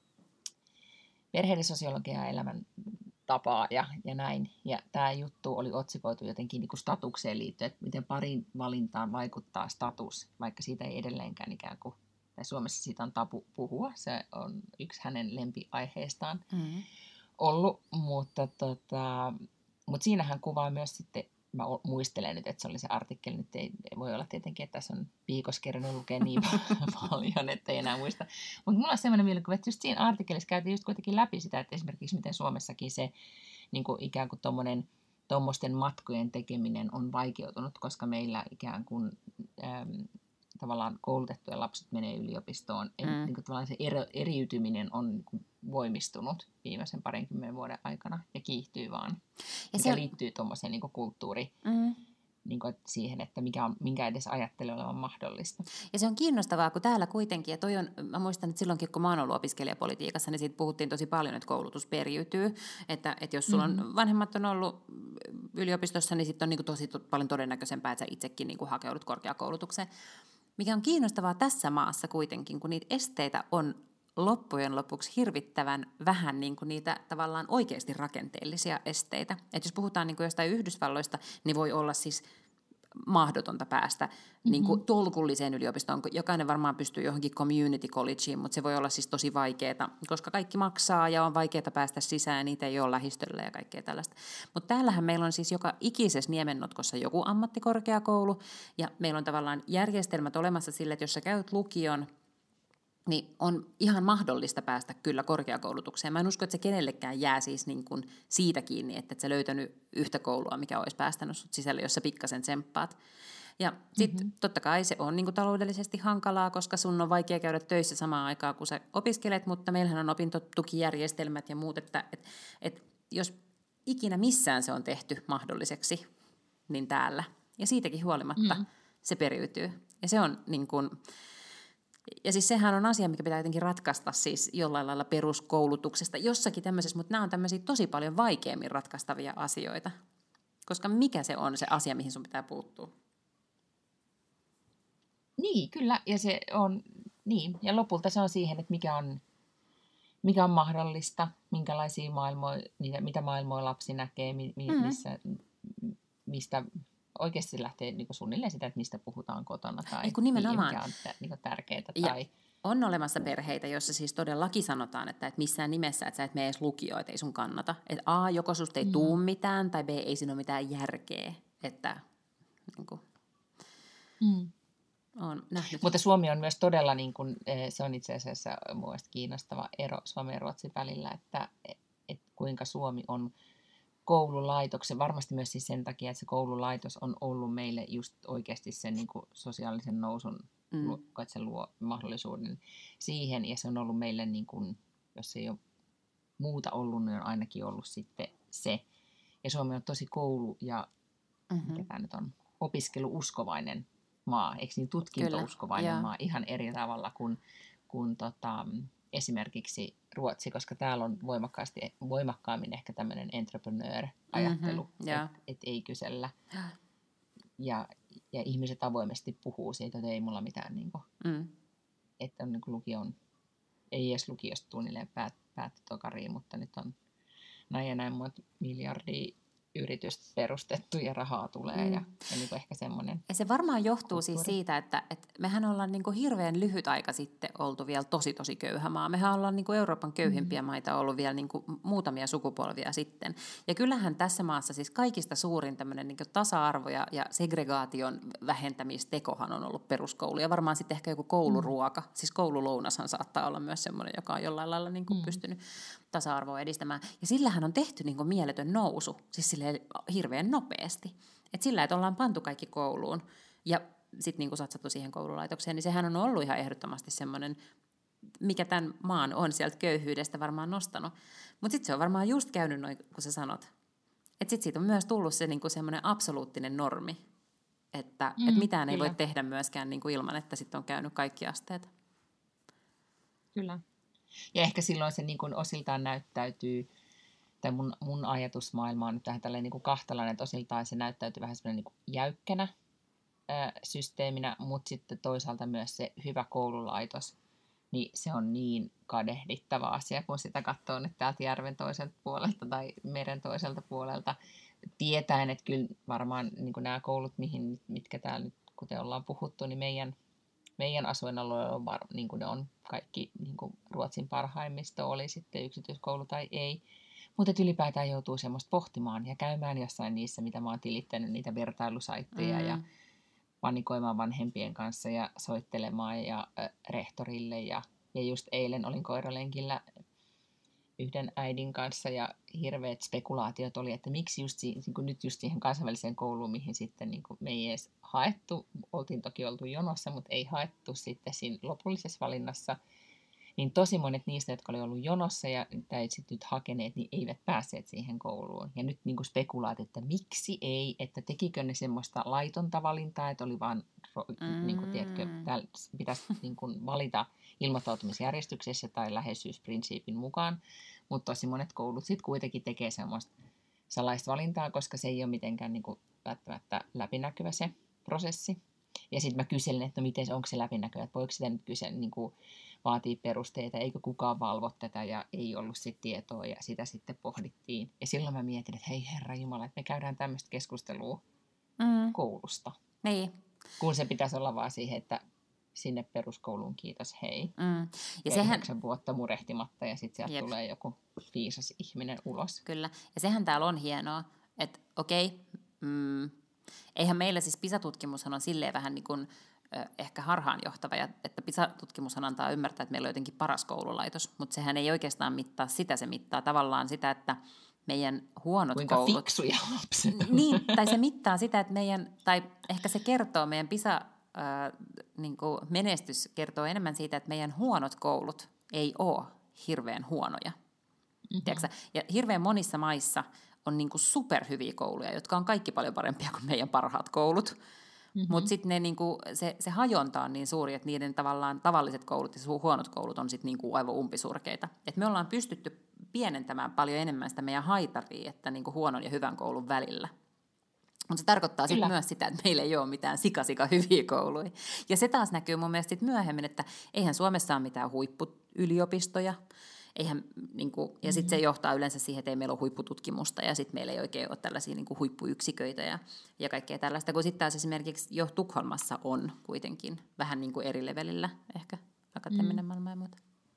perheiden sosiologiaa ja elämäntapaa ja, ja näin. Ja tämä juttu oli otsikoitu jotenkin niin kuin statukseen liittyen, että miten parin valintaan vaikuttaa status, vaikka siitä ei edelleenkään ikään kuin, tai Suomessa siitä on tabu puhua, se on yksi hänen lempiaiheistaan mm-hmm. ollut, mutta, tota, mutta siinä hän kuvaa myös sitten, mä muistelen nyt, että se oli se artikkeli, nyt ei voi olla tietenkin, että tässä on piikoskerännyt lukea niin paljon, että ei enää muista. Mutta mulla on sellainen mielikuva, että just siinä artikkelissa käytiin just kuitenkin läpi sitä, että esimerkiksi miten Suomessakin se niin kuin ikään kuin tuommoisten matkojen tekeminen on vaikeutunut, koska meillä ikään kuin äm, tavallaan koulutettuja lapset menee yliopistoon. Mm. Niin kuin tavallaan se ero, eriytyminen on niin kuin voimistunut viimeisen parinkymmenen vuoden aikana ja kiihtyy vaan. Ja se liittyy tuommoiseen niin kuin kulttuuri, mm. niin kuin, että siihen, että mikä, on, minkä edes ajattelee olevan mahdollista. Ja se on kiinnostavaa, kun täällä kuitenkin, ja toi on, mä muistan, että silloinkin kun mä oon ollut opiskelijapolitiikassa, niin siitä puhuttiin tosi paljon, että koulutus periytyy. Että, että jos sulla mm-hmm. on vanhemmat on ollut yliopistossa, niin sitten on niin kuin tosi paljon todennäköisempää, että sä itsekin niin kuin hakeudut korkeakoulutukseen. mikä on kiinnostavaa tässä maassa kuitenkin, kun niitä esteitä on loppujen lopuksi hirvittävän vähän niin kuin niitä tavallaan oikeasti rakenteellisia esteitä. Et jos puhutaan niin kuin jostain Yhdysvalloista, niin voi olla siis mahdotonta päästä mm-hmm. niin kuin tolkulliseen yliopistoon. Jokainen varmaan pystyy johonkin community collegeen, mutta se voi olla siis tosi vaikeaa, koska kaikki maksaa ja on vaikeaa päästä sisään, niitä ei ole lähistöllä ja kaikkea tällaista. Mutta täällähän meillä on siis joka ikisessä niemennotkossa joku ammattikorkeakoulu, ja meillä on tavallaan järjestelmät olemassa sille, että jos sä käyt lukion, niin on ihan mahdollista päästä kyllä korkeakoulutukseen. Mä en usko, että se kenellekään jää siis niin kuin siitä kiinni, että et sä löytänyt yhtä koulua, mikä olisi päästänyt sut sisälle, jos sä pikkasen tsemppaat. Ja sitten mm-hmm. totta kai se on niin kuin taloudellisesti hankalaa, koska sun on vaikea käydä töissä samaan aikaan, kun sä opiskelet, mutta meillähän on opintotukijärjestelmät ja muut, että et, et jos ikinä missään se on tehty mahdolliseksi, niin täällä. Ja siitäkin huolimatta mm-hmm. se periytyy. Ja se on niin kuin... Ja siis sehän on asia, mikä pitää jotenkin ratkaista siis jollain lailla peruskoulutuksesta jossakin tämmöisessä, mutta nämä on tämmöisiä tosi paljon vaikeammin ratkaistavia asioita. Koska mikä se on se asia, mihin sun pitää puuttua? Niin, kyllä. Ja se on, niin. Ja lopulta se on siihen, että mikä on, mikä on mahdollista, minkälaisia maailmoja, mitä maailmoja lapsi näkee, missä, mm-hmm. mistä... Oikeasti se lähtee niin suunnilleen sitä, että mistä puhutaan kotona tai mikä on niin tärkeää. Tai... On olemassa perheitä, joissa siis todellakin sanotaan, että, että missään nimessä, että sä et mene edes lukioon, että ei sun kannata. Että A, joko susta ei mm. tuu mitään, tai B, ei siinä ole mitään järkeä. Että, niin kuin, mm. on nähnyt. Mutta Suomi on myös todella, niin kuin, se on itse asiassa mun mielestä kiinnostava ero Suomen ja Ruotsin välillä, että, että kuinka Suomi on koululaitoksen, varmasti myös siis sen takia, että se koululaitos on ollut meille just oikeasti sen niin kuin sosiaalisen nousun, mm. että se luo mahdollisuuden siihen, ja se on ollut meille, niin kuin, jos ei ole muuta ollut, niin on ainakin ollut sitten se. Ja Suomi on tosi koulu- ja mm-hmm. mikä tämä nyt on, opiskeluuskovainen maa, eikö niin tutkintouskovainen Kyllä, maa, ihan eri tavalla kuin, kuin tota, esimerkiksi Ruotsi, koska täällä on voimakkaasti, voimakkaammin ehkä tämmöinen entrepreneur-ajattelu, mm-hmm, yeah. että et ei kysellä. Ja, ja ihmiset avoimesti puhuu siitä, että ei mulla mitään, niin kuin, mm. että on niin kuin lukion, ei edes lukiosta tunnilleen päät, päätty tokariin, mutta nyt on näin ja näin monta miljardia yritystä perustettu ja rahaa tulee mm. ja, ja niin kuin ehkä semmoinen. Ja se varmaan johtuu kulttuuri. Siis siitä, että, että mehän ollaan niin kuin hirveän lyhyt aika sitten oltu vielä tosi tosi köyhä maa. Mehän ollaan niin kuin Euroopan köyhimpiä mm. maita ollut vielä niin kuin muutamia sukupolvia sitten. Ja kyllähän tässä maassa siis kaikista suurin tämmöinen niin kuin tasa-arvo ja, ja segregaation vähentämistekohan on ollut peruskoulu. Ja varmaan sitten ehkä joku kouluruoka. Mm. Siis koululounashan saattaa olla myös semmoinen, joka on jollain lailla niin kuin mm. pystynyt tasa-arvoa edistämään. Ja sillähän on tehty niin kuin mieletön nousu. Siis hirveän nopeasti. Et sillä, että ollaan pantu kaikki kouluun ja sitten niinku satsattu siihen koululaitokseen, niin sehän on ollut ihan ehdottomasti semmoinen, mikä tämän maan on sieltä köyhyydestä varmaan nostanut. Mutta sitten se on varmaan just käynyt noin, kun sä sanot. Että sitten siitä on myös tullut se niinku semmoinen absoluuttinen normi, että mm, et mitään kyllä. ei voi tehdä myöskään niinku ilman, että sitten on käynyt kaikki asteet. Kyllä. Ja ehkä silloin se niinku osiltaan näyttäytyy, tai mun, mun ajatusmaailma on nyt vähän tällainen niin kuin kahtalainen, että osiltaan se näyttäytyy vähän semmoinen niin kuin jäykkänä ää, systeeminä, mutta sitten toisaalta myös se hyvä koululaitos, niin se on niin kadehdittava asia, kun sitä katsoo nyt täältä järven toiselta puolelta tai meren toiselta puolelta, tietäen, että kyllä varmaan niin kuin nämä koulut, mihin, mitkä täällä nyt, kuten ollaan puhuttu, niin meidän, meidän asuinalueella on, var, niin kuin ne on kaikki niin kuin Ruotsin parhaimmista, oli sitten yksityiskoulu tai ei. Mutta ylipäätään joutuu semmoista pohtimaan ja käymään jossain niissä, mitä mä oon tilittänyt, niitä vertailusaitteja mm. ja panikoimaan vanhempien kanssa ja soittelemaan ja äh, rehtorille. Ja, ja just eilen olin koiralenkillä yhden äidin kanssa ja hirveät spekulaatiot oli, että miksi just, niin kuin nyt just siihen kansainväliseen kouluun, mihin sitten niin kuin me ei edes haettu, oltiin toki oltu jonossa, mutta ei haettu sitten siinä lopullisessa valinnassa. Niin tosi monet niistä, jotka oli ollut jonossa ja tai sitten nyt hakeneet, niin eivät päässeet siihen kouluun. Ja nyt niin kuin spekulaat, että miksi ei, että tekikö ne semmoista laitonta valintaa, että oli vaan, mm. niin kuin, tiedätkö, täällä pitäisi niin kuin valita ilmoittautumisjärjestyksessä tai läheisyysprinsiipin mukaan. Mutta tosi monet koulut sitten kuitenkin tekee semmoista salaista valintaa, koska se ei ole mitenkään niin kuin välttämättä läpinäkyvä se prosessi. Ja sitten mä kyselin, että no miten, onko se läpinäkyvä, että voiko sitä nyt kysyä, niin kuin vaatii perusteita, eikö kukaan valvo tätä ja ei ollut sitten tietoa ja sitä sitten pohdittiin. Ja silloin mä mietin, että hei herra jumala, että me käydään tämmöistä keskustelua mm. koulusta. Niin. Kun se pitäisi olla vaan siihen, että sinne peruskouluun kiitos, hei. Mm. Ja, ja sehän... yhdeksän vuotta murehtimatta ja sitten sieltä Jep. tulee joku viisas ihminen ulos. Kyllä. Ja sehän täällä on hienoa, että okei, mm, eihän meillä siis PISA-tutkimushan on silleen vähän niin kuin ehkä harhaanjohtava, että PISA-tutkimushan antaa ymmärtää, että meillä on jotenkin paras koululaitos, mutta sehän ei oikeastaan mittaa sitä, se mittaa tavallaan sitä, että meidän huonot Kuinka koulut... Kuinka fiksuja lapset on. Niin, tai se mittaa sitä, että meidän, tai ehkä se kertoo, meidän PISA äh, niin kuin menestys kertoo enemmän siitä, että meidän huonot koulut ei ole hirveän huonoja. Mm-hmm. Ja hirveän monissa maissa on niin kuin superhyviä kouluja, jotka on kaikki paljon parempia kuin meidän parhaat koulut. Mm-hmm. Mutta sitten niinku, se, se hajonta on niin suuri, että niiden tavallaan tavalliset koulut ja huonot koulut on sitten niinku aivan umpisurkeita. Et me ollaan pystytty pienentämään paljon enemmän sitä meidän haitaria, että niinku huonon ja hyvän koulun välillä. Mutta se tarkoittaa sitten myös sitä, että meillä ei ole mitään sikasika hyviä kouluja. Ja se taas näkyy mun mielestä sit myöhemmin, että eihän Suomessa ole mitään huippuyliopistoja. Eihän, niin kuin, ja sitten se johtaa yleensä siihen, että ei meillä ole huippututkimusta ja sitten meillä ei oikein ole tällaisia niin kuin huippuyksiköitä ja, ja kaikkea tällaista, kun sitten taas esimerkiksi jo Tukholmassa on kuitenkin vähän niin kuin eri levelillä ehkä akateeminen mm. maailma ja muuta.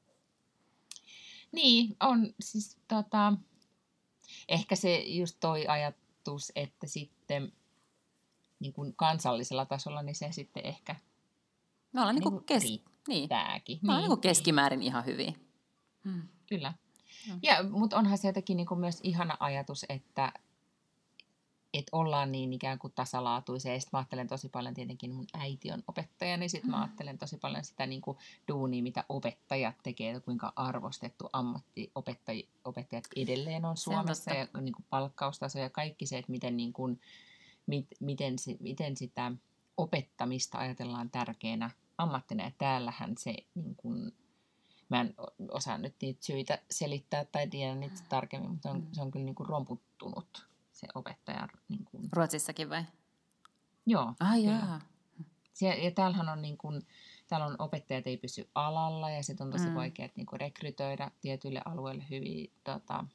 Niin, on siis tota, ehkä se just toi ajatus, että sitten niin kuin kansallisella tasolla, niin se sitten ehkä me ollaan niin kuin kes- riittääkin. Niin. Me ollaan niin kuin keskimäärin ihan hyviä. Hmm. Kyllä. No. Ja, mutta onhan se jotenkin niin kuin myös ihana ajatus, että, että ollaan niin ikään kuin tasalaatuisia. Ja sitten mä ajattelen tosi paljon, tietenkin mun äiti on opettaja, niin sitten mä ajattelen tosi paljon sitä niin kuin duunia, mitä opettajat tekee, kuinka arvostettu ammattiopettajat edelleen on Suomessa. Ja niin kuin palkkaustaso ja kaikki se, että miten, niin kuin, mit, miten, miten sitä opettamista ajatellaan tärkeänä ammattina. Ja täällähän se... Niin kuin, mä en osaa nyt niitä syitä selittää tai tiedä niitä tarkemmin, mutta on, se on kyllä niin kuin romputtunut se opettajan. Niin kuin... Ruotsissakin vai? Joo. Ah, jaa. Ja, ja täällähän on, niin kuin, täällä on opettajat ei pysy alalla ja sitten on tosi mm. vaikea niin kuin rekrytoida tietyille alueille hyviä, tota,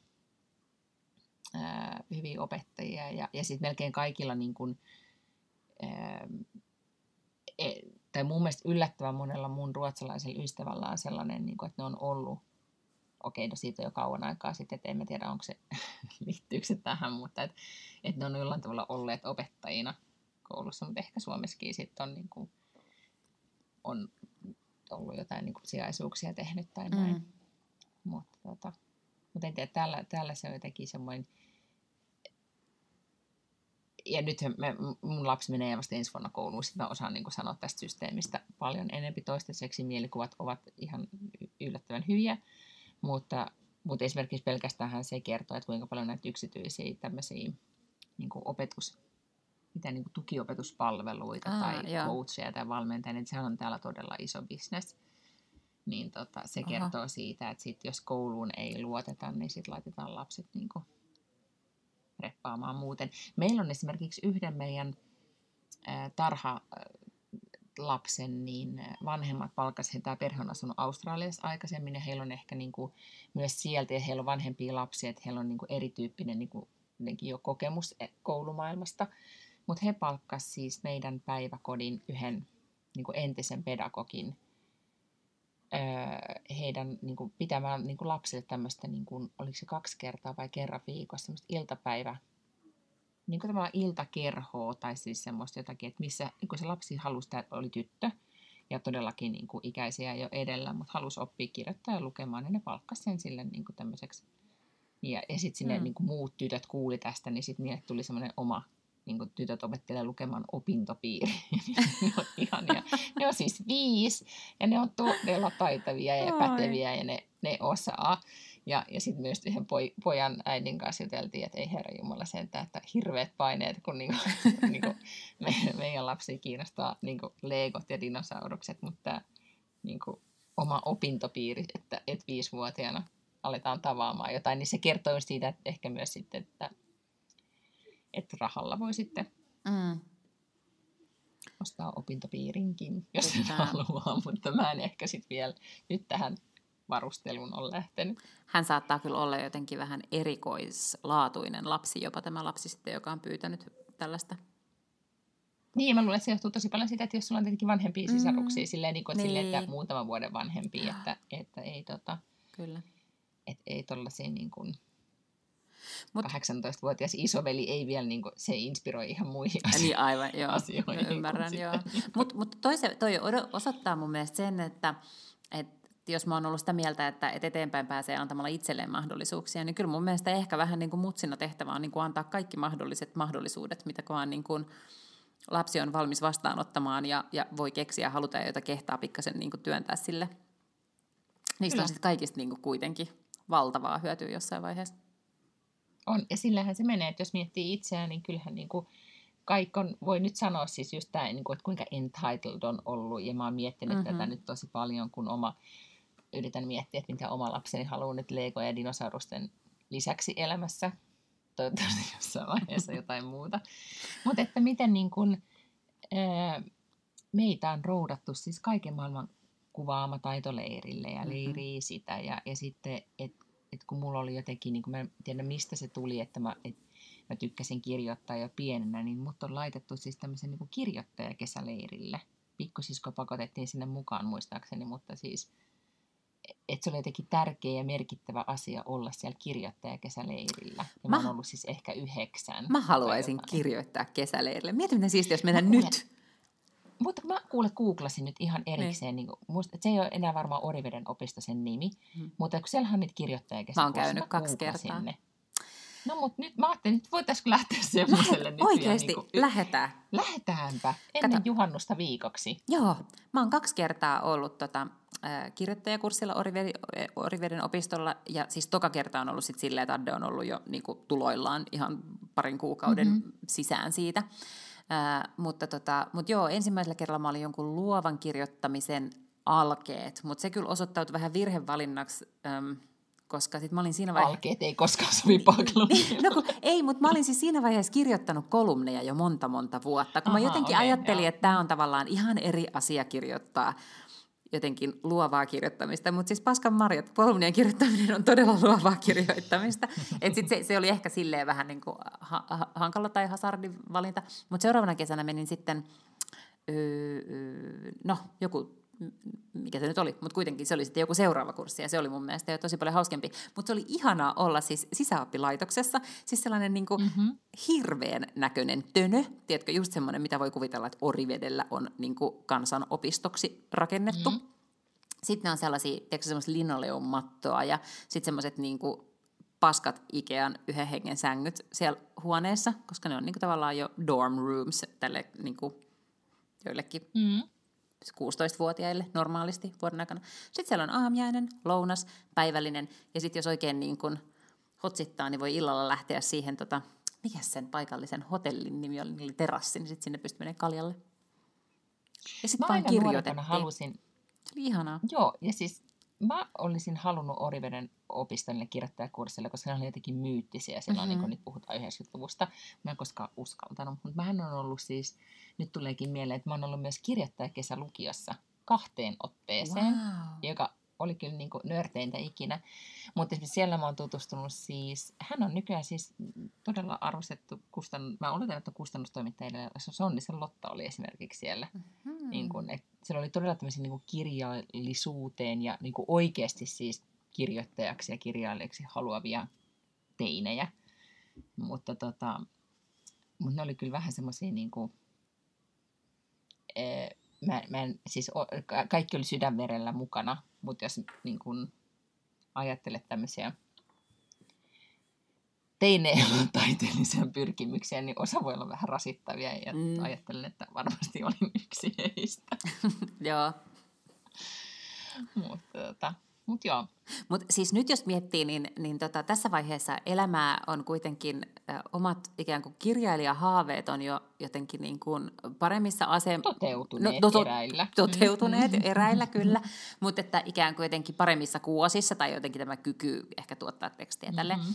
ää, hyviä opettajia. Ja, ja sitten melkein kaikilla niin kuin, ää, e, tai mun mielestä yllättävän monella mun ruotsalaisella ystävällä on sellainen, niin kuin, että ne on ollut, okei, no siitä on jo kauan aikaa sitten, että en mä tiedä, onko se, liittyykö se tähän, mutta että, että ne on jollain tavalla olleet opettajina koulussa, mutta ehkä Suomessakin sitten on, niin kuin, on ollut jotain niin kuin sijaisuuksia tehnyt tai näin. Mm. Mutta, tota, mutta en tiedä, täällä, täällä se on jotenkin semmoinen, ja nyt me, mun lapsi menee vasta ensi vuonna kouluun, sitten mä osaan niin kuin sanoa tästä systeemistä paljon enempi. Toistaiseksi mielikuvat ovat ihan yllättävän hyviä, mutta, mutta esimerkiksi pelkästään se kertoo, että kuinka paljon näitä yksityisiä tämmöisiä niin kuin opetus, mitä niin kuin tukiopetuspalveluita Aa, tai joo. coachia tai valmentajia, niin sehän on täällä todella iso business. Niin tota, se Aha. kertoo siitä, että sit jos kouluun ei luoteta, niin sitten laitetaan lapset niin kuin reppaamaan muuten. Meillä on esimerkiksi yhden meidän ä, tarhalapsen, niin vanhemmat palkkasivat, he tämä perhe on asunut Australiassa aikaisemmin, ja heillä on ehkä niin kuin myös sieltä, ja heillä on vanhempia lapsia, että heillä on niin kuin erityyppinen niin kuin jo kokemus koulumaailmasta. Mutta he palkkasivat siis meidän päiväkodin yhden niin kuin entisen pedagogin öö, heidän niin kuin, pitämään niin kuin lapsille tämmöistä, niin kuin, oliko se kaksi kertaa vai kerran viikossa, semmoista iltapäivä, niin kuin tämä iltakerhoa tai siis semmoista jotakin, että missä niin kuin se lapsi halusi, tämä oli tyttö ja todellakin niin kuin ikäisiä jo edellä, mutta halusi oppia kirjoittaa ja lukemaan, niin ne palkkasi sen sille niin kuin tämmöiseksi. Ja, ja sitten sinne mm. niin kuin muut tytöt kuuli tästä, niin sitten niille tuli semmoinen oma niin kuin tytöt opettelemaan lukemaan opintopiiri. Ne on ihania. Ne on siis viisi ja ne on todella taitavia ja Oi. päteviä ja ne, ne osaa. Ja, ja sitten myös yhden poi, pojan äidin kanssa juteltiin, että ei herra jumala sentään, että hirveät paineet, kun niinku, niinku me, meidän lapsia kiinnostaa niinku legot ja dinosaurukset, mutta niinku oma opintopiiri, että et viisivuotiaana aletaan tavaamaan jotain, niin se kertoo siitä, että ehkä myös sitten, että, että rahalla voi sitten mm. ostaa opintopiirinkin, jos sen haluaa, mutta mä en ehkä sitten vielä nyt tähän varusteluun ole lähtenyt. Hän saattaa kyllä olla jotenkin vähän erikoislaatuinen lapsi, jopa tämä lapsi sitten, joka on pyytänyt tällaista. Niin, mä luulen, että se johtuu tosi paljon siitä, että jos sulla on tietenkin vanhempia sisaruksia, mm. silleen, niin kuin, niin. silleen, että muutaman vuoden vanhempia, että, että ei, tota, kyllä. Että ei tollaisia niin kuin Mut, kahdeksantoistavuotias isoveli ei vielä, niin kuin, se inspiroi ihan muihin niin aivan, joo, asioihin. Ymmärrän, joo. Mutta mut toi osoittaa mun mielestä sen, että et jos mä oon ollut sitä mieltä, että et eteenpäin pääsee antamalla itselleen mahdollisuuksia, niin kyllä mun mielestä ehkä vähän niin kuin mutsina tehtävä on niin kuin antaa kaikki mahdolliset mahdollisuudet, mitä vaan niin kuin lapsi on valmis vastaanottamaan ja, ja voi keksiä, haluta, jota kehtaa pikkasen niin kuin työntää sille. Niistä kyllä. On sitten kaikista niin kuin kuitenkin valtavaa hyötyä jossain vaiheessa. On, ja sillähän se menee, että jos miettii itseään, niin kyllähän niin kuin kaikki on, voi nyt sanoa siis just tämä, niin kuin, että kuinka entitled on ollut, ja mä oon miettinyt mm-hmm. tätä nyt tosi paljon, kun oma, yritän miettiä, että mitä oma lapseni haluaa nyt Lego ja dinosaurusten lisäksi elämässä, toivottavasti jossain vaiheessa jotain muuta, mutta että miten niin kuin, ää, meitä on roudattu siis kaiken maailman kuvaama taitoleirille ja leiriä sitä, ja, ja sitten, että et kun mulla oli jotenkin, niin kun mä en tiedä mistä se tuli, että mä, et, mä tykkäsin kirjoittaa jo pienenä, niin mut on laitettu siis tämmöisen niin kirjoittajakesäleirille. Pikkusisko pakotettiin sinne mukaan muistaakseni, mutta siis, että se oli jotenkin tärkeä ja merkittävä asia olla siellä kirjoittajakesäleirillä. Ja mä, mä oon ollut siis ehkä yhdeksän. Mä haluaisin kirjoittaa kesäleirille. Mietin, mitä siistiä, jos mennään nyt. Mutta mä kuule googlasin nyt ihan erikseen, niin kuin, musta, että se ei ole enää varmaan Oriveden opisto sen nimi, hmm. mutta kun siellähän on niitä kirjoittajakesäkursseja. Mä oon käynyt kaksi kertaa. Ne. No mutta nyt mä ajattelin, että voitaisiinko lähteä semmoiselle nyt oikeasti, vielä. Niin lähetään. Lähdetäänpä ennen Kato. juhannusta viikoksi. Joo, mä oon kaksi kertaa ollut tota, äh, kirjoittajakurssilla Oriveden, Oriveden opistolla, ja siis toka kerta on ollut sit silleen, että Adde on ollut jo niin kuin tuloillaan ihan parin kuukauden mm-hmm. sisään siitä. Uh, mutta, tota, mutta joo, ensimmäisellä kerralla mä olin jonkun luovan kirjoittamisen alkeet, mutta se kyllä osoittautui vähän virhevalinnaksi, um, koska sit mä olin siinä vaiheessa... Alkeet ei koskaan sovi Backlundiin. No kun, ei, mutta mä olin siis siinä vaiheessa kirjoittanut kolumneja jo monta monta vuotta, kun Aha, mä jotenkin okay, ajattelin, joo. että tämä on tavallaan ihan eri asia kirjoittaa jotenkin luovaa kirjoittamista, mutta siis paskan marjat, kolumnien kirjoittaminen on todella luovaa kirjoittamista. Et sit se, se oli ehkä silleen vähän niin kuin ha- ha- hankala tai hasardin valinta, mutta seuraavana kesänä menin sitten, öö, no joku, mikä se nyt oli, mutta kuitenkin se oli sitten joku seuraava kurssi, ja se oli mun mielestä jo tosi paljon hauskempi. Mutta se oli ihanaa olla siis sisäoppilaitoksessa, siis sellainen niin kuin mm-hmm. hirveän näköinen tönö, tiedätkö, just semmoinen, mitä voi kuvitella, että Orivedellä on niin kuin kansanopistoksi rakennettu. Mm-hmm. Sitten on sellaisia, tiedätkö, semmoista linoleummattoa, ja sitten semmoiset niin kuin paskat Ikean yhden hengen sängyt siellä huoneessa, koska ne on niin kuin tavallaan jo dorm rooms tälle niin kuin joillekin mm-hmm. kuusitoistavuotiaille normaalisti vuoden aikana. Sitten siellä on aamiainen, lounas, päivällinen, ja sitten jos oikein niin kuin hotsittaa, niin voi illalla lähteä siihen, tota, mikä sen paikallisen hotellin nimi oli, oli terassi, niin sitten sinne pystyy menemään kaljalle. Ja sitten vaan kirjoitettiin. Halusin... Se oli ihanaa. Joo, ja siis mä olisin halunnut Oriveden opistolle kirjoittajakurssille, koska ne oli jotenkin myyttisiä silloin, mm-hmm. niin kun nyt puhutaan yhdeksänkymmentäluvusta. Mä en koskaan uskaltanut, mutta mähän on ollut siis, nyt tuleekin mieleen, että mä oon ollut myös kirjoittajakesä lukiossa kahteen otteeseen, wow. joka oli kyllä niin kuin nörteintä ikinä. Mutta esimerkiksi siellä mä oon tutustunut siis, hän on nykyään siis todella arvostettu, kustan, mä oletan, että kustannustoimittajille, Sonnisen Lotta oli esimerkiksi siellä. Mm-hmm. Niin kuin, että siellä oli todella tämmöisen niin kuin kirjallisuuteen ja niin kuin oikeasti siis kirjoittajaksi ja kirjailijaksi haluavia teinejä. Mutta tota, mutta ne oli kyllä vähän semmoisia niin kuin, ee, Mä, mä en, siis kaikki oli sydänverellä mukana, mutta jos niin kun ajattelet tämmöisiä teineen taiteellisia pyrkimyksiä, niin osa voi olla vähän rasittavia, ja mm. ajattelen, että varmasti olin yksi heistä. Joo. Mutta tota, mut joo. Mutta siis nyt jos miettii, niin, niin tota, tässä vaiheessa elämää on kuitenkin äh, omat ikään kuin kirjailijahaaveet on jo jotenkin niin kuin paremmissa asemissa. Toteutuneet no, to- eräillä. Toteutuneet eräillä, kyllä. Mutta että ikään kuin jotenkin paremmissa kuosissa tai jotenkin tämä kyky ehkä tuottaa tekstiä tälleen. Mm-hmm.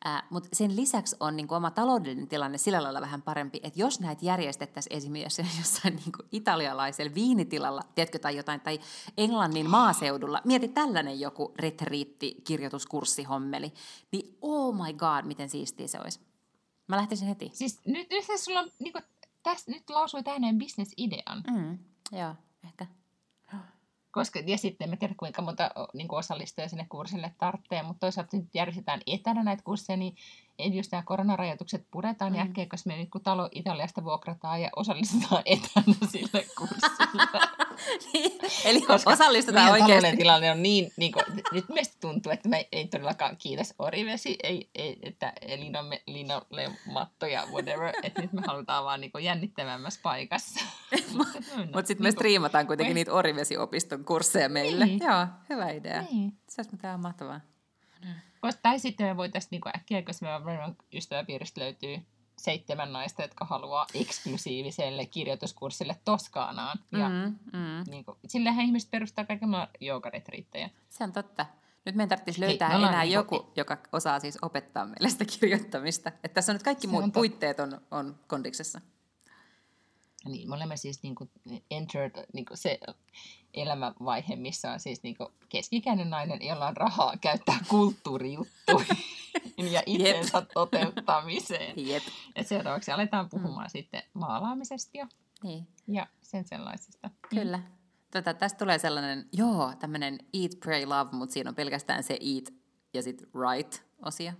Äh, Mutta sen lisäksi on niin kuin oma taloudellinen tilanne sillä lailla vähän parempi, että jos näitä järjestettäisiin esimerkiksi jossain niin kuin italialaisella viinitilalla, tiedätkö, tai jotain, tai Englannin maaseudulla, mieti tällainen joku retriitti, kirjoituskurssihommeli, niin oh my god, miten siistiä se olisi. Mä lähtisin heti. Siis nyt, nyt sulla on, niin kuin, tässä nyt lausui ääneen business-idean. Mm, joo, ehkä. Koska, ja sitten en tiedä kuinka monta niin osallistujia sinne kurssille tarvitsee, mutta toisaalta nyt järjestetään etänä näitä kursseja, niin jos nämä koronarajoitukset puretaan, mm. niin äkkiä, jos me nyt kun talo Italiasta vuokrataan ja osallistutaan etänä sille kurssille. Niin, eli koska osallistutaan meidän oikeasti. talouden tilanne on niin, niin kuin, nyt meistä tuntuu, että me ei todellakaan kiitos Orivesi, ei, ei, että linolemattoja, whatever, että nyt me halutaan vaan niin kuin jännittävämmässä paikassa. Mutta mut sitten me niin striimataan kuitenkin me... niitä Orivesi-opiston kursseja meille. Niin. Joo, hyvä idea. Niin. Se olisi mitään mahtavaa. Tai sitten me voitaisiin niin kuin äkkiä, koska meidän ystäväpiiristä löytyy seitsemän naista, jotka haluaa eksklusiiviselle kirjoituskurssille Toskaanaan. Ja mm, mm. Niin kuin, sillähän ihmiset perustaa kaikenlaisia joogaretriittejä. Se on totta. Nyt meidän tarvitsisi löytää Hei, enää niin joku, kuin... joka osaa siis opettaa meille sitä kirjoittamista. Että tässä on nyt kaikki se muut on puitteet on, on kondiksessa. Niin, me olemme siis niin kuin entered niin kuin se elämänvaihe, missä on siis niin kuin keski-ikäinen nainen, jolla on rahaa käyttää kulttuurijuttuihin ja itsensä Jep. toteuttamiseen. Jep. Ja seuraavaksi aletaan puhumaan mm. sitten maalaamisesta ja, niin. ja sen sellaisesta. Kyllä. Tota, tästä tulee sellainen, joo, tämmöinen eat, pray, love, mutta siinä on pelkästään se eat ja sitten write-osia.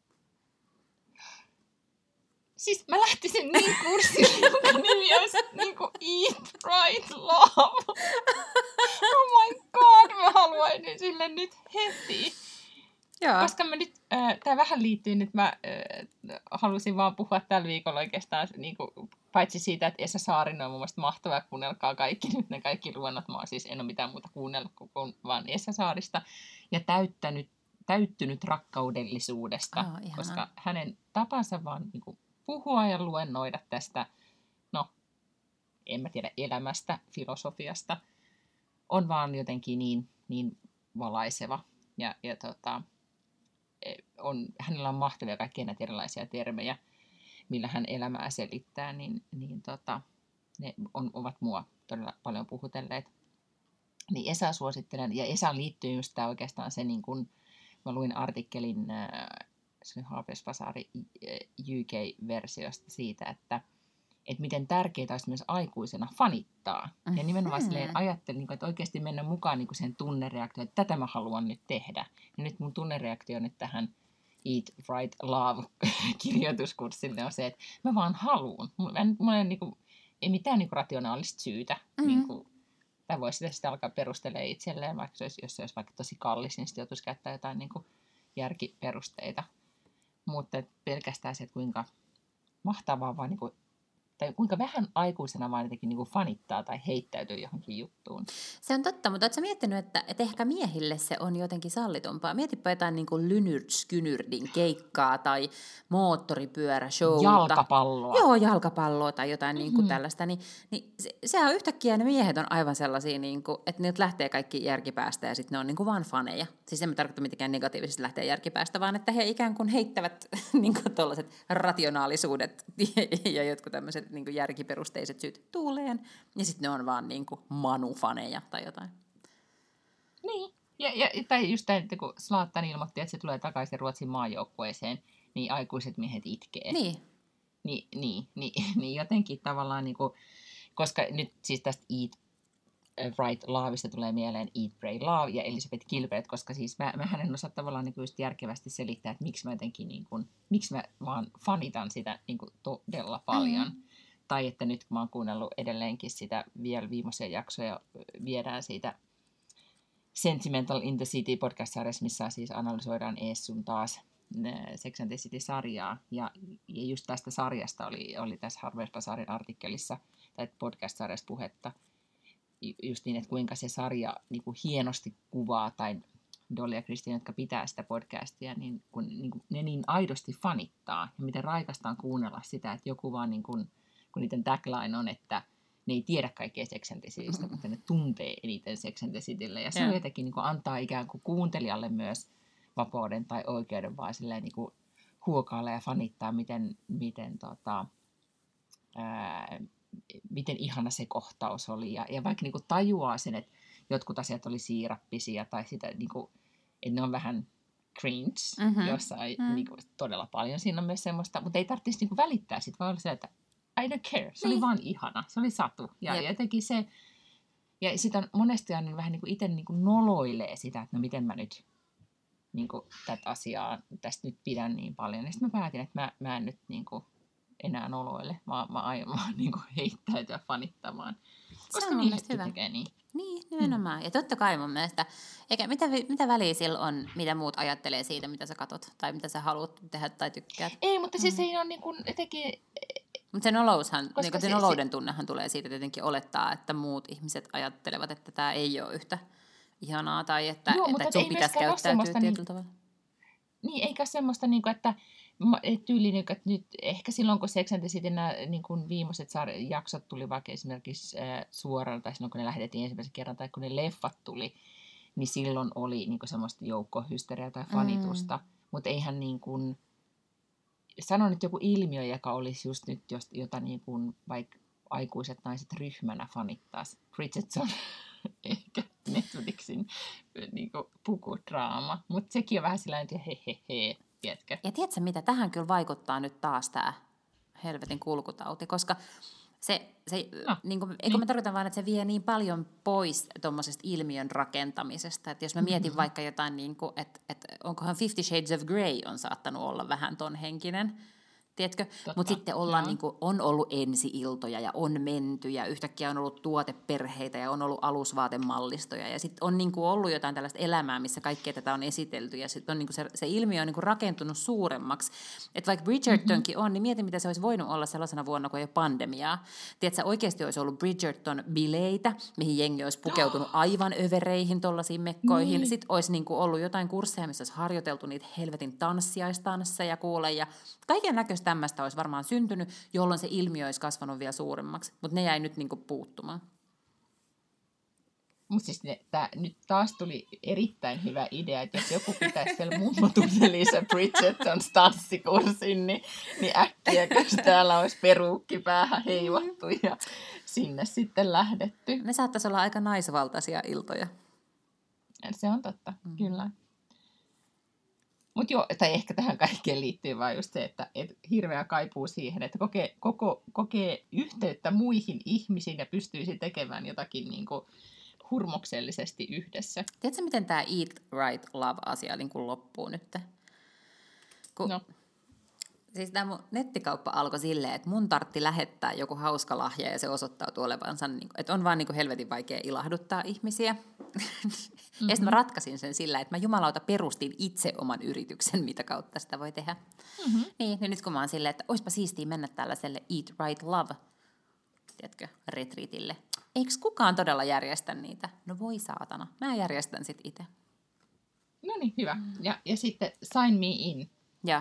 Siis mä lähtisin niin kurssille, jonka nimi olisi niin kuin Eat, Right, Love. Oh my god, mä haluaisin sille nyt heti. Joo. Koska mä nyt, äh, tää vähän liittyy nyt, mä äh, halusin vaan puhua tällä viikolla oikeastaan, niin kuin, paitsi siitä, että Esa Saarinen on mun mielestä mahtavaa, kuunnelkaa kaikki nyt ne kaikki luennot. Mä oon siis, en ole mitään muuta kuunnellut kuin vaan Esa Saarista. Ja täyttänyt, täyttynyt rakkaudellisuudesta, oh, koska hänen tapansa vaan niin kuin, puhua ja luennoida tästä, no, en mä tiedä, elämästä, filosofiasta, on vaan jotenkin niin, niin valaiseva. Ja, ja tota, on, hänellä on mahtavia kaikkia näitä erilaisia termejä, millä hän elämää selittää, niin, niin tota, ne on, ovat mua todella paljon puhutelleet. Niin Esa suosittelen, ja Esaan liittyy just tämä oikeastaan se, niin kun mä luin artikkelin, se oli Harper's Bazaar U K-versiosta siitä, että, että miten tärkeää olisi myös aikuisena fanittaa. Ja nimenomaan mm-hmm. silleen ajattelin, että oikeasti mennä mukaan niin sen tunnereaktioon, että tätä mä haluan nyt tehdä. Ja nyt mun tunnereaktio nyt tähän Eat, Write, Love-kirjoituskurssille on se, että mä vaan haluun. Mulla ei, niin kuin, ei mitään niin kuin rationaalista syytä. Mm-hmm. Niin kuin, tai voisi sitä sitten alkaa perustelemaan itselleen, vaikka se olisi, jos se olisi vaikka tosi kallis, niin sitten joutuisi käyttää jotain niin kuin järkiperusteita. Mutta pelkästään se, että kuinka mahtavaa vaan, niin kuin, tai kuinka vähän aikuisena vaan jotenkin niin kuin fanittaa tai heittäytyy johonkin juttuun. Se on totta, mutta oletko sä miettinyt, että, että ehkä miehille se on jotenkin sallitumpaa? Mietipä jotain niin kuin Lynyrd Skynyrdin keikkaa tai moottoripyöräshowta. Jalkapalloa. Joo, jalkapalloa tai jotain mm-hmm. niin kuin tällaista. Niin, niin se, sehän on yhtäkkiä, ne miehet on aivan sellaisia, niin kuin, että niiltä lähtee kaikki järkipäästä ja sitten ne on niin kuin vaan faneja. Siis en mä tarkoita mitenkään negatiivisesti lähteä järkipäästä, vaan että he ikään kuin heittävät niin kuin tollaiset rationaalisuudet ja jotkut tämmöiset niin kuin järkiperusteiset syyt tuuleen, ja sitten ne on vaan niin kuin Manu-faneja tai jotain. Niin, ja, ja, tai just tämä, että kun Zlatan ilmoitti, että se tulee takaisin Ruotsin maajoukkueeseen, niin aikuiset miehet itkee. Niin. Ni, niin, niin, niin jotenkin tavallaan, niin kuin, koska nyt siis tästä Eat, Right, Loveista tulee mieleen Eat, Pray, Love ja Elizabeth Gilbert, koska siis mä, mähän en osaa tavallaan niin kuin just järkevästi selittää, että miksi mä jotenkin, niin kuin, miksi mä vaan fanitan sitä niin kuin todella paljon. Mm-hmm. Tai että nyt kun mä oon kuunnellut edelleenkin sitä vielä viimeisiä jaksoja, viedään siitä Sentimental in the City podcast-sarjassa, missä siis analysoidaan ees sun taas Sex and the City-sarjaa. Ja, ja just tästä sarjasta oli, oli tässä Harper's Bazaarin artikkelissa tai podcast-sarjassa puhetta. Just niin, että kuinka se sarja niin kuin hienosti kuvaa, tai Dolly ja Kristin, jotka pitää sitä podcastia, niin kun niin kuin ne niin aidosti fanittaa. Ja miten raikasta on kuunnella sitä, että joku vaan, niin kuin, kun niiden tagline on, että ne ei tiedä kaikkea Sex and the Citystä, mutta ne tuntee eniten Sex and the Citylle. Ja se yeah. jotenkin niin kuin antaa ikään kuin kuuntelijalle myös vapauden tai oikeuden vaan silleen niin kuin huokailla ja fanittaa, miten, miten, tota, ää, miten ihana se kohtaus oli. Ja, ja vaikka niin kuin tajuaa sen, että jotkut asiat oli siirappisia tai sitä, niin kuin, että ne on vähän cringe Mm-hmm. jossain Mm. niin kuin, todella paljon. Siinä on myös semmoista, mutta ei tarvitsisi niin kuin välittää sit, vaan olla se, että I don't care. Se niin. oli vaan ihana. Se oli satu. Ja Jep. jotenkin se, ja sitä on monesti aina vähän niin kuin itse niin kuin noloilee sitä, että no miten mä nyt niin kuin, tätä asiaa tästä nyt pidän niin paljon. Ja sitten mä päätin, että mä, mä en nyt niin kuin, enää noloille, vaan mä aion vaan niin kuin, heittäytyä fanittamaan. Koska miehetkin tekee niin. Niin, nimenomaan. Mm. Ja totta kai mun mielestä, eikä mitä, mitä väliä sillä on, mitä muut ajattelee siitä, mitä sä katot, tai mitä sä haluat tehdä tai tykkäät. Ei, mutta siis mm. ei ole niin kuin, jotenkin... Mutta se noloushan, niin se, se nolouden se... tunnehan tulee siitä tietenkin olettaa, että muut ihmiset ajattelevat, että tämä ei ole yhtä ihanaa, tai että, Joo, että, että sun pitäisi käyttäytyä tietyllä niin... tavalla. Niin, eikä semmoista, niin kuin, että tyyliin, että nyt ehkä silloin, kun Sex and the City nämä niin kuin viimeiset jaksot tuli vaikka esimerkiksi äh, suoraan, tai silloin kun ne lähetettiin ensimmäisen kerran, tai kun ne leffat tuli, niin silloin oli niin kuin semmoista joukkohysteriaa tai fanitusta, mm. mutta eihän niin kuin, sanon nyt joku ilmiö, joka olisi just nyt, jota niin kuin vaikka aikuiset naiset ryhmänä fanittaisi. Bridgerton, ehkä Netflixin niin kuin pukudraama, mutta sekin on vähän sellainen, että he he he. Tiedätkö? Ja tiedätkö mitä, tähän kyllä vaikuttaa nyt taas tämä helvetin kulkutauti, koska se, se no, niin kuin, eikö niin. mä tarkoitan vaan, että se vie niin paljon pois tuommoisesta ilmiön rakentamisesta, että jos mä mietin mm-hmm. vaikka jotain, niin kuin, että, että onkohan Fifty Shades of Grey on saattanut olla vähän ton henkinen, tiedätkö? Mutta sitten ollaan, niin kuin, on ollut ensi-iltoja ja on menty ja yhtäkkiä on ollut tuoteperheitä ja on ollut alusvaatemallistoja ja sitten on niin kuin, ollut jotain tällaista elämää, missä kaikkea tätä on esitelty ja sitten on niin kuin, se, se ilmiö on niin kuin, rakentunut suuremmaksi. Että vaikka Bridgertonkin mm-hmm. on, niin mieti mitä se olisi voinut olla sellaisena vuonna, kun ei ole pandemiaa. Tiedätkö, oikeasti olisi ollut Bridgerton-bileitä, mihin jengi olisi pukeutunut aivan övereihin tuollaisiin mekkoihin. Niin. Sitten olisi niin kuin, ollut jotain kursseja, missä olisi harjoiteltu niitä helvetin tanssiaistansseja kuule ja kaiken näköistä tämmöistä olisi varmaan syntynyt, jolloin se ilmiö olisi kasvanut vielä suuremmaksi. Mutta ne jäi nyt niinku puuttumaan. Mutta siis ne, tää, nyt taas tuli erittäin hyvä idea, että jos joku pitäisi siellä mummotunnelissa Bridgerton tanssikurssin, niin, niin äkkiä, kun täällä olisi peruukki päähän heivattu ja sinne sitten lähdetty. Ne saattaisi olla aika naisvaltaisia iltoja. Se on totta, mm. kyllä. Mutta joo, tai ehkä tähän kaikkeen liittyy vaan just se, että et hirveä kaipuu siihen, että kokee, koko, kokee yhteyttä muihin ihmisiin ja pystyisi tekemään jotakin niinku hurmoksellisesti yhdessä. Tiedätkö, miten tämä Eat Right Love-asia niin kuin loppuu nyt? Kun, no. Siis tämä mun nettikauppa alkoi silleen, että mun tartti lähettää joku hauska lahja ja se osoittautuu olevansa, niin kuin, että on vaan niin kuin helvetin vaikea ilahduttaa ihmisiä. Mm-hmm. Ja sitten mä ratkaisin sen sillä, että mä jumalauta perustin itse oman yrityksen, mitä kautta sitä voi tehdä. Mm-hmm. Niin, niin nyt kun mä oon silleen, että oispa siistiä mennä tällaiselle Eat Right Love, tiedätkö, retriitille. Eikö kukaan todella järjestä niitä? No voi saatana, mä järjestän sit itse. No niin, hyvä. Ja, ja sitten sign me in. Ja.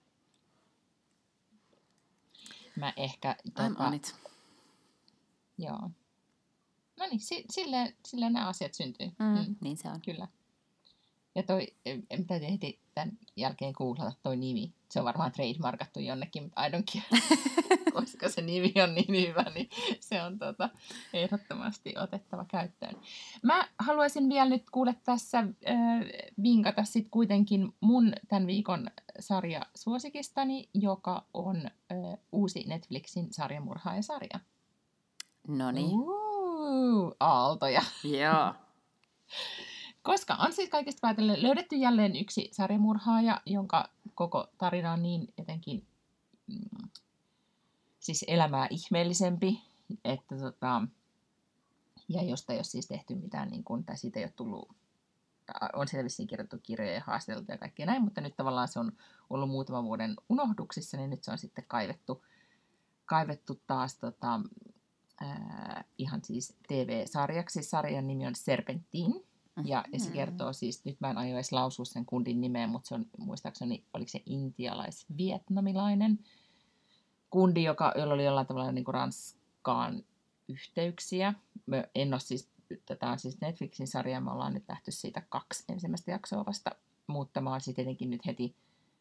Mä ehkä... I'm on it. Joo. No niin, si- silleen, silleen nämä asiat syntyy. Mm, mm. Niin se on. Kyllä. Ja toi, en täytyy heti tämän jälkeen googlata toi nimi. Se on varmaan trademarkattu jonnekin, mutta I don't care. Koska se nimi on niin hyvä, niin se on tota, ehdottomasti otettava käyttöön. Mä haluaisin vielä nyt kuule tässä äh, vinkata sit kuitenkin mun tämän viikon sarjasuosikistani, joka on äh, uusi Netflixin sarjamurhaaja-sarja. Noniin. Uh, aaltoja. Joo. Koska on siis kaikista päätellen löydetty jälleen yksi sarjamurhaaja, jonka koko tarina on niin jotenkin mm, siis elämää ihmeellisempi, että tota, ja josta ei ole siis tehty mitään, niin kuin, tai siitä ei ole tullut, on siellä vissiin kirjoitettu kirjoja ja haastateltu ja kaikkea näin, mutta nyt tavallaan se on ollut muutaman vuoden unohduksissa, niin nyt se on sitten kaivettu, kaivettu taas tota, ää, ihan siis T V-sarjaksi. Sarjan nimi on Serpentine. Ja, ja se kertoo siis, nyt mä en aio edes lausua sen kundin nimeä, mutta se on muistaakseni, oliko se intialais-vietnamilainen kundi, joka, jolla oli jollain tavalla niin kuin Ranskaan yhteyksiä. Mä en ole siis, tätä on siis Netflixin sarja, me ollaan nyt nähty siitä kaksi ensimmäistä jaksoa vasta, mutta mä oon siis tietenkin nyt heti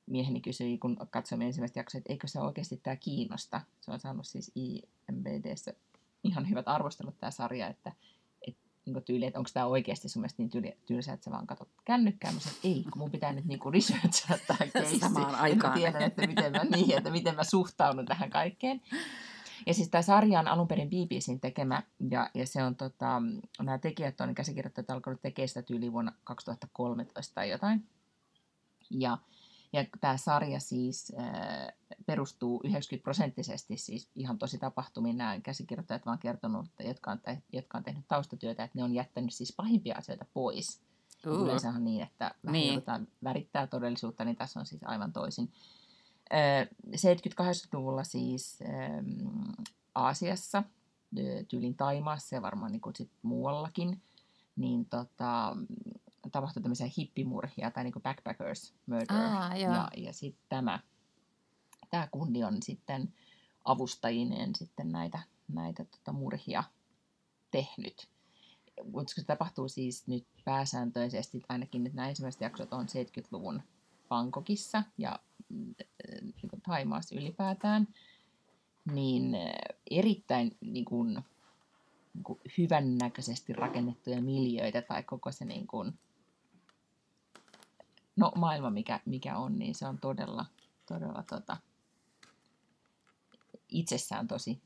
mieheni kysyi, kun katsoimme ensimmäistä jaksoa, että eikö se oikeasti tämä kiinnosta. Se on saanut siis I M D B:ssä ihan hyvät arvostelut tämä sarja, että et, niin tyyli, että onko tämä oikeasti sun mielestä niin tyyli, tylsä, että sä vaan katsot kännykkää. Mä sanoin, että ei, kun mun pitää nyt niin researchaa tämä keissi. Samaan aikaan. Mä tiedän, että miten mä, niin, että miten mä suhtaudun tähän kaikkeen. Ja siis tämä sarja on alun perin B B C:n tekemä, ja, ja se on, tota, nämä tekijät on käsikirjoittajat alkanut tekemään sitä tyyliin vuonna kaksituhattakolmetoista tai jotain. Ja, ja tämä sarja siis äh, perustuu yhdeksänkymmentä prosenttisesti siis ihan tosi tapahtumiin. Nämä käsikirjoittajat vaan kertonut, että jotka, on, jotka on tehnyt taustatyötä, että ne on jättänyt siis pahimpia asioita pois. Uh. Yleensä on niin, että vähän niin. joudutaan värittää todellisuutta, niin tässä on siis aivan toisin. seitsemänkymmentä-kahdeksankymmentäluvulla siis ähm, Aasiassa, tyylin Taimaassa ja varmaan niin kuin sit muuallakin, niin tota, tapahtui tämmöisiä hippimurhia tai niin kuin backpackers murder. Ah, ja ja sitten tämä, tämä kundi on sitten avustajineen sitten näitä, näitä tota murhia tehnyt. Mutta se tapahtuu siis nyt pääsääntöisesti, ainakin nyt nämä ensimmäiset jaksot on seitsemänkymmentäluvun Bangkokissa ja niin Thaimaassa ylipäätään, niin erittäin niin kuin, niin kuin hyvännäköisesti rakennettuja miljöitä tai koko se niin kuin, no, maailma, mikä, mikä on, niin se on todella, todella tota, itsessään tosi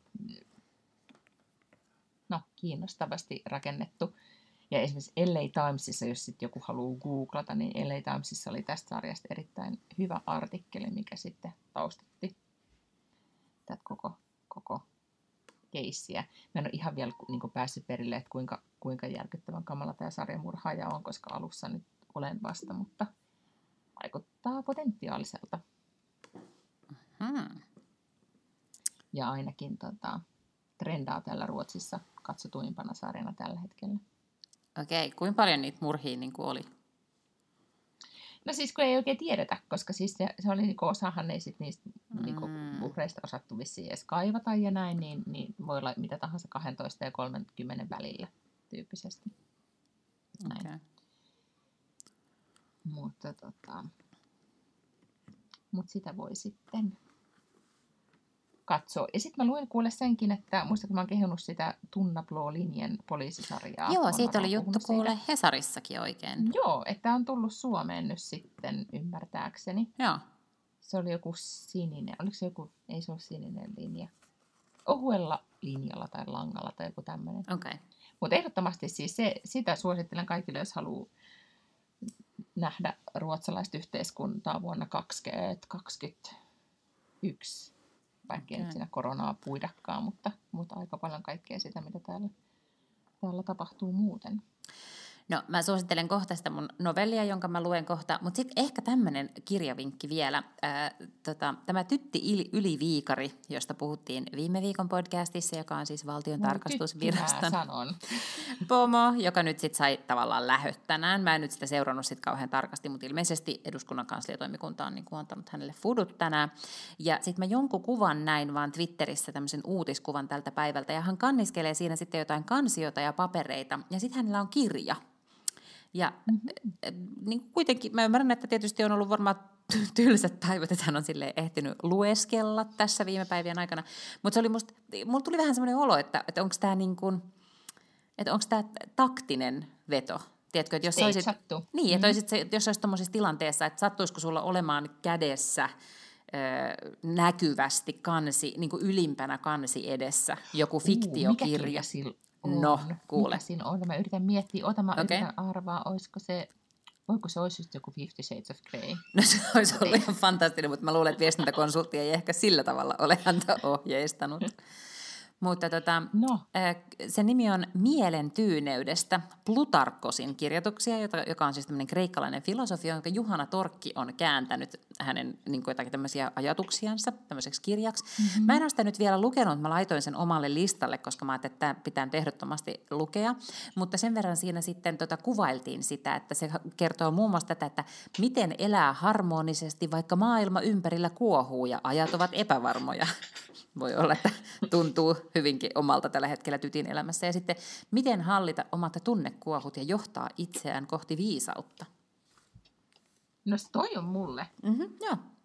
no, kiinnostavasti rakennettu. Ja esimerkiksi L A Timesissa, jos sitten joku haluaa googlata, niin L A Timesissa oli tästä sarjasta erittäin hyvä artikkeli, mikä sitten taustatti tätä koko, koko keissiä. Mä en ole ihan vielä niin kuin päässyt perille, että kuinka, kuinka järkyttävän kamala tämä sarjamurhaaja on, koska alussa nyt olen vasta, mutta vaikuttaa potentiaaliselta. Hmm. Ja ainakin tota, trendaa täällä Ruotsissa katsotuimpana sarjana tällä hetkellä. Okei, kuinka paljon niitä murhia niin kuin oli? No siis kun ei oikein tiedetä, koska siis se, se oli niinku osahan ei sit niistä mm. niinku uhreista osattu vissiin edes kaivata ja näin, niin, niin voi olla mitä tahansa kaksitoista ja kolmekymmentä välillä tyyppisesti. Näin. Okay. Mutta tota, mut sitä voi sitten katsoa. Ja sitten mä luin kuule senkin, että muistatko mä oon kehunut sitä Tunna Blå-linjen poliisisarjaa. Joo, siitä oli juttu kuule Hesarissakin oikein. Joo, että on tullut Suomeen nyt sitten ymmärtääkseni. Joo. Se oli joku sininen, oliko se joku, ei se ole sininen linja. Ohuella linjalla tai langalla tai joku tämmöinen. Okei. Okay. Mutta ehdottomasti siis se, sitä suosittelen kaikille, jos haluaa nähdä ruotsalaista yhteiskuntaa vuonna kaksituhattakaksikymmentäyksi. Vaikka okay. nyt siinä koronaa puidakkaan, mutta, mutta aika paljon kaikkea sitä, mitä täällä, täällä tapahtuu muuten. No, mä suosittelen kohta sitä mun novellia, jonka mä luen kohta, mutta sitten ehkä tämmöinen kirjavinkki vielä. Ää, tota, tämä Tytti Yli-Viikari, josta puhuttiin viime viikon podcastissa, joka on siis valtion no, tarkastusviraston pomo, joka nyt sitten sai tavallaan lähöt tänään. Mä en nyt sitä seurannut sit kauhean tarkasti, mutta ilmeisesti eduskunnan kansliatoimikunta on niin kuin antanut hänelle fudut tänään. Ja sitten mä jonkun kuvan näin vaan Twitterissä, tämmöisen uutiskuvan tältä päivältä, ja hän kanniskelee siinä sitten jotain kansioita ja papereita, ja sitten hänellä on kirja. Ja mm-hmm. niin kuitenkin, mä ymmärrän, että tietysti on ollut varmaan tylsät päivät, että hän on silleen ehtinyt lueskella tässä viime päivien aikana. Mutta se oli musta, mulla tuli vähän semmoinen olo, että, että onko tämä niin kuin, että onko tämä taktinen veto. Tiedätkö, että jos ei olisit, sattu. Niin, että olisit, jos olisit tuommoisessa tilanteessa, että sattuisiko sulla olemaan kädessä ö, näkyvästi kansi, niin kuin ylimpänä kansi edessä joku fiktiokirja. Uh, mikä kirja on? No, kuule. Mikä siinä on? Mä yritän miettiä, ota mä okay. yritän arvaa, olisiko se, voiko se olisi just joku Fifty Shades of Grey? No se olisi ollut ihan fantastinen, mutta mä luulen, että viestintäkonsultti ei ehkä sillä tavalla ole häntä ohjeistanut. Mutta tota, no. Sen nimi on Mielen tyyneydestä, Plutarkkosin kirjoituksia, joka on siis tämmöinen kreikkalainen filosofi, jonka Juhana Torkki on kääntänyt hänen niin kuin jotakin tämmöisiä ajatuksiansa tämmöiseksi kirjaksi. Mm-hmm. Mä en ole sitä nyt vielä lukenut, mä laitoin sen omalle listalle, koska mä ajattelin, että tämä pitää ehdottomasti lukea. Mutta sen verran siinä sitten tota, kuvailtiin sitä, että se kertoo muun muassa tätä, että miten elää harmonisesti, vaikka maailma ympärillä kuohuu ja ajat ovat epävarmoja. Voi olla, että tuntuu hyvinkin omalta tällä hetkellä tytin elämässä. Ja sitten, miten hallita omat tunnekuohut ja johtaa itseään kohti viisautta. No toi on mulle. Mm-hmm, joo.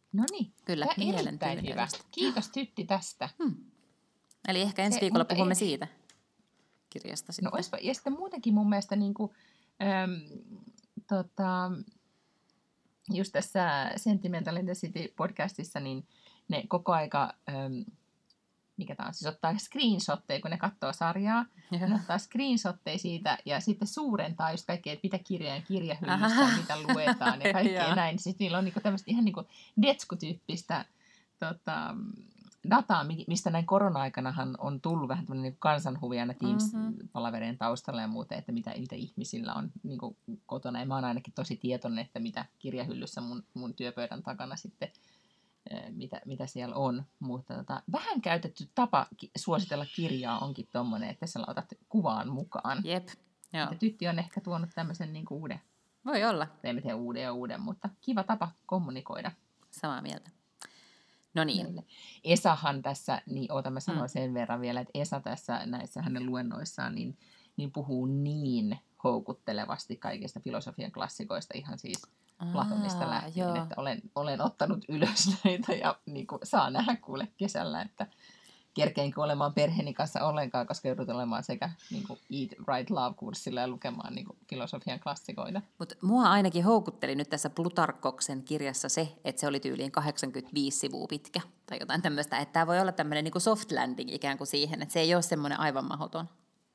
No niin, Kyllä, erittäin hyvä. Kiitos Tytti tästä. Hmm. Eli ehkä ensi Se, viikolla puhumme ei... siitä kirjasta sitten. No olisipa, ja sitten muutenkin mun mielestä niin kuin, äm, tota, just tässä Sentimental Intensity-podcastissa, niin ne koko aika, äm, mikä tämä on, siis ottaa screenshotteja, kun ne katsoo sarjaa, ne ottaa screenshotteja siitä ja sitten suurentaa just kaikkea, että mitä kirjojen kirjahyllystä, mitä luetaan ja kaikkea näin. Sitten niillä on niinku tämmöistä ihan niinku detskutyyppistä tota, dataa, mistä näin korona-aikanahan on tullut vähän tämmöinen niin kansanhuvi aina Teams-palaverien mm-hmm. taustalla ja muuta, että mitä, mitä ihmisillä on niin kuin kotona. Ja mä oon ainakin tosi tietoinen, että mitä kirjahyllyssä mun, mun työpöydän takana sitten, mitä, mitä siellä on. Mutta tota, vähän käytetty tapa suositella kirjaa onkin tommoinen, että sä otat kuvaan mukaan. Jep, joo. Tytti on ehkä tuonut tämmöisen niin kuin uuden. Voi olla. Ei me tee uuden ja uuden, mutta kiva tapa kommunikoida. Samaa mieltä. No niin. Esahan tässä, niin oota mä sanoin mm. sen verran vielä, että Esa tässä näissä hänen luennoissaan niin, niin puhuu niin houkuttelevasti kaikista filosofian klassikoista ihan siis Aa, Platonista lähtien, joo. että olen, olen ottanut ylös näitä ja niin kuin, saa nähdä kuule kesällä, että kerkeinkö olemaan perheeni kanssa ollenkaan, koska joudut olemaan sekä niin kuin Eat, Write, Love-kurssilla ja lukemaan niin kuin filosofian klassikoita. Mutta mua ainakin houkutteli nyt tässä Plutarkkoksen kirjassa se, että se oli tyyliin kahdeksankymmentäviisi sivua pitkä tai jotain tämmöistä, että tämä voi olla tämmöinen niin kuin soft landing ikään kuin siihen, että se ei ole semmoinen aivan mahdoton.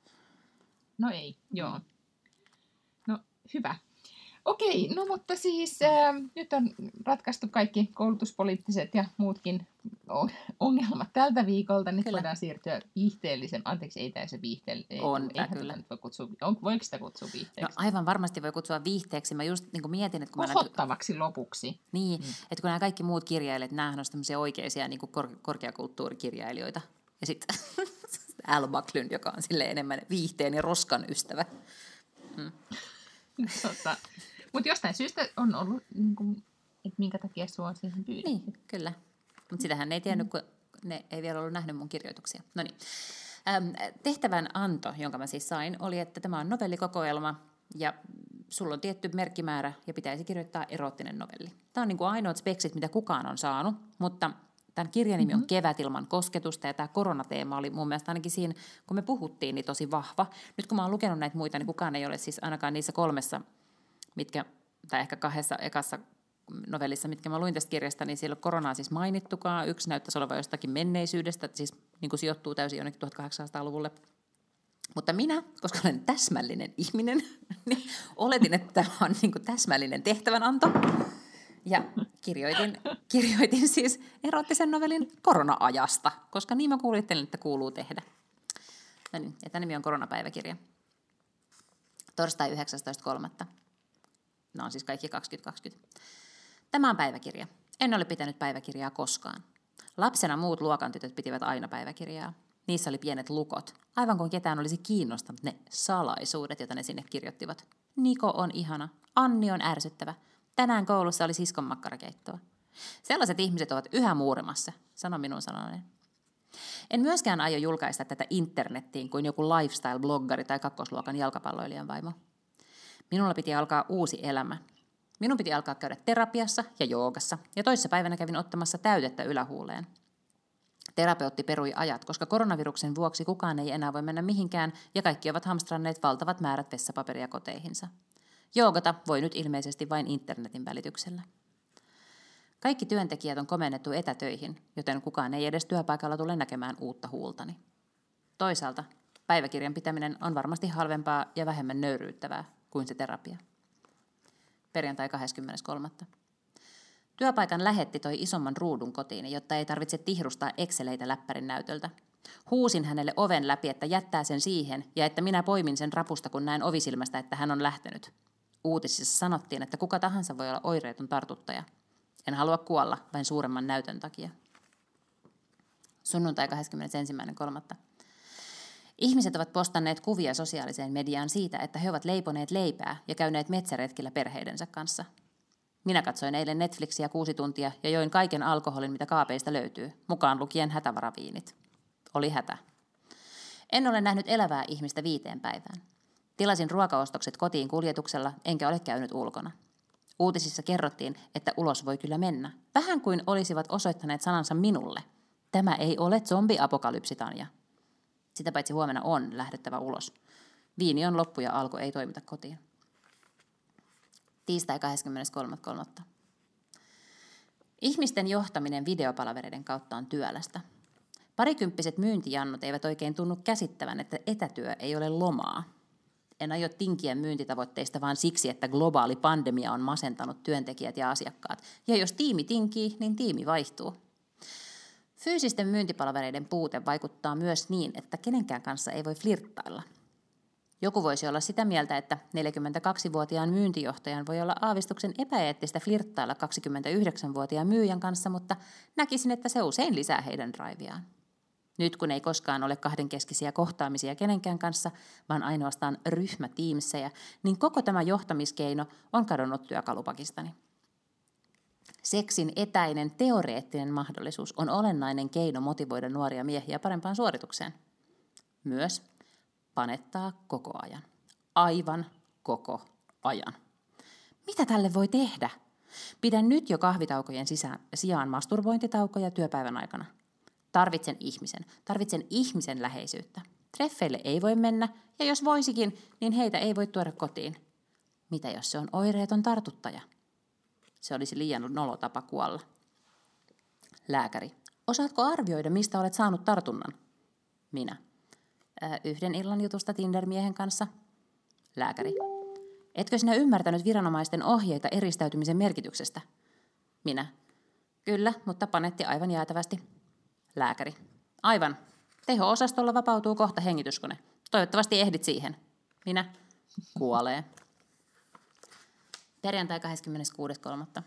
No ei, joo. No hyvä. Okei, no mutta siis äh, nyt on ratkaistu kaikki koulutuspoliittiset ja muutkin ongelmat tältä viikolta. Nyt kyllä. Voidaan siirtyä viihteellisen, anteeksi ei tämä se viihteellinen. On tämä kyllä. Voi kutsua, on, voiko sitä kutsua viihteeksi? No aivan varmasti voi kutsua viihteeksi. Mä just niin kuin mietin, että kun kohottavaksi mä näin, lopuksi. Niin, mm. että kun nämä kaikki muut kirjailijat, nämähän on tämmöisiä oikeisia niin kuin kor- korkeakulttuurikirjailijoita. Ja sitten Al Backlund, joka on silleen enemmän viihteen ja roskan ystävä. Mm. Tota... Mutta jostain syystä on ollut, niin kuin, että minkä takia sua on siihen pyydetty. Niin, kyllä. Mutta sitähän ne ei tiennyt, kun ne ei vielä ollut nähnyt mun kirjoituksia. No niin. Ähm, tehtävän anto, jonka mä siis sain, oli, että tämä on novellikokoelma ja sulla on tietty merkkimäärä ja pitäisi kirjoittaa eroottinen novelli. Tämä on niin kuin ainoat speksit, mitä kukaan on saanut, mutta tämän kirjan nimi on mm-hmm. Kevät ilman kosketusta ja tämä koronateema oli mun mielestä ainakin siinä, kun me puhuttiin, niin tosi vahva. Nyt kun mä oon lukenut näitä muita, niin kukaan ei ole siis ainakaan niissä kolmessa mitkä, tai ehkä kahdessa ekassa novellissa, mitkä mä luin tästä kirjasta, niin siellä on koronaa siis mainittukaan. Yksi näyttäisi olevan jostakin menneisyydestä, siis niin kuin sijoittuu täysin jonnekin tuhatkahdeksansataaluvulle. Mutta minä, koska olen täsmällinen ihminen, niin oletin, että tämä on niin kuin täsmällinen tehtävänanto. Ja kirjoitin, kirjoitin siis eroottisen novellin korona-ajasta, koska niin mä kuulittelin, että kuuluu tehdä. No niin, ja tämä nimi on Koronapäiväkirja. Torstai yhdeksästoista kolmatta No on siis kaikki kaksituhattakaksikymmentä. Tämä on päiväkirja. En ole pitänyt päiväkirjaa koskaan. Lapsena muut luokantytöt pitivät aina päiväkirjaa. Niissä oli pienet lukot. Aivan kuin ketään olisi kiinnostanut ne salaisuudet, joita ne sinne kirjoittivat. Niko on ihana. Anni on ärsyttävä. Tänään koulussa oli siskon makkarakeittoa. Sellaiset ihmiset ovat yhä muurimassa, sano minun sanoneen. En myöskään aio julkaista tätä internettiin kuin joku lifestyle-bloggari tai kakkosluokan jalkapalloilijan vaimo. Minulla piti alkaa uusi elämä. Minun piti alkaa käydä terapiassa ja joogassa, ja toissa päivänä kävin ottamassa täytettä ylähuuleen. Terapeutti perui ajat, koska koronaviruksen vuoksi kukaan ei enää voi mennä mihinkään, ja kaikki ovat hamstranneet valtavat määrät vessapaperia koteihinsa. Joogata voi nyt ilmeisesti vain internetin välityksellä. Kaikki työntekijät on komennettu etätöihin, joten kukaan ei edes työpaikalla tule näkemään uutta huultani. Toisaalta päiväkirjan pitäminen on varmasti halvempaa ja vähemmän nöyryyttävää kuin se terapia. Perjantai kahdeskymmeneskolmas Työpaikan lähetti toi isomman ruudun kotiin, jotta ei tarvitse tihrustaa Exceleitä läppärin näytöltä. Huusin hänelle oven läpi, että jättää sen siihen ja että minä poimin sen rapusta, kun näen ovisilmästä, että hän on lähtenyt. Uutisissa sanottiin, että kuka tahansa voi olla oireeton tartuttaja. En halua kuolla vain suuremman näytön takia. Sunnuntai kahdeskymmenesensimmäinen kolmas Ihmiset ovat postanneet kuvia sosiaaliseen mediaan siitä, että he ovat leiponeet leipää ja käyneet metsäretkillä perheidensä kanssa. Minä katsoin eilen Netflixiä kuusi tuntia ja join kaiken alkoholin, mitä kaapeista löytyy, mukaan lukien hätävaraviinit. Oli hätä. En ole nähnyt elävää ihmistä viiteen päivään. Tilasin ruokaostokset kotiin kuljetuksella, enkä ole käynyt ulkona. Uutisissa kerrottiin, että ulos voi kyllä mennä. Vähän kuin olisivat osoittaneet sanansa minulle. Tämä ei ole zombiapokalypsi, Tanja. Sitä paitsi huomenna on lähdettävä ulos. Viini on loppu ja Alko ei toimita kotiin. Tiistai kahdeskymmeneskolmas kolmatta Ihmisten johtaminen videopalavereiden kautta on työlästä. Parikymppiset myyntijannut eivät oikein tunnu käsittävän, että etätyö ei ole lomaa. En aio tinkiä myyntitavoitteista vaan siksi, että globaali pandemia on masentanut työntekijät ja asiakkaat. Ja jos tiimi tinkii, niin tiimi vaihtuu. Fyysisten myyntipalvereiden puute vaikuttaa myös niin, että kenenkään kanssa ei voi flirttailla. Joku voisi olla sitä mieltä, että neljäkymmentäkaksivuotiaan myyntijohtajan voi olla aavistuksen epäeettistä flirttailla kaksikymmentäyhdeksänvuotiaan myyjän kanssa, mutta näkisin, että se usein lisää heidän draiviaan. Nyt kun ei koskaan ole kahdenkeskisiä kohtaamisia kenenkään kanssa, vaan ainoastaan ryhmätiimsejä, niin koko tämä johtamiskeino on kadonnut työkalupakistani. Seksin etäinen teoreettinen mahdollisuus on olennainen keino motivoida nuoria miehiä parempaan suoritukseen. Myös panettaa koko ajan. Aivan koko ajan. Mitä tälle voi tehdä? Pidän nyt jo kahvitaukojen sisään, sijaan masturbointitaukoja työpäivän aikana. Tarvitsen ihmisen. Tarvitsen ihmisen läheisyyttä. Treffeille ei voi mennä, ja jos voisikin, niin heitä ei voi tuoda kotiin. Mitä jos se on oireeton tartuttaja? Se olisi liian nolo tapa kuolla. Lääkäri. Osaatko arvioida, mistä olet saanut tartunnan? Minä. Äh, yhden illan jutusta Tinder-miehen kanssa. Lääkäri. Etkö sinä ymmärtänyt viranomaisten ohjeita eristäytymisen merkityksestä? Minä. Kyllä, mutta panetti aivan jäätävästi. Lääkäri. Aivan. Teho-osastolla vapautuu kohta hengityskone. Toivottavasti ehdit siihen. Minä. Kuolee. Perjantai kahdeskymmeneskuudes kolmatta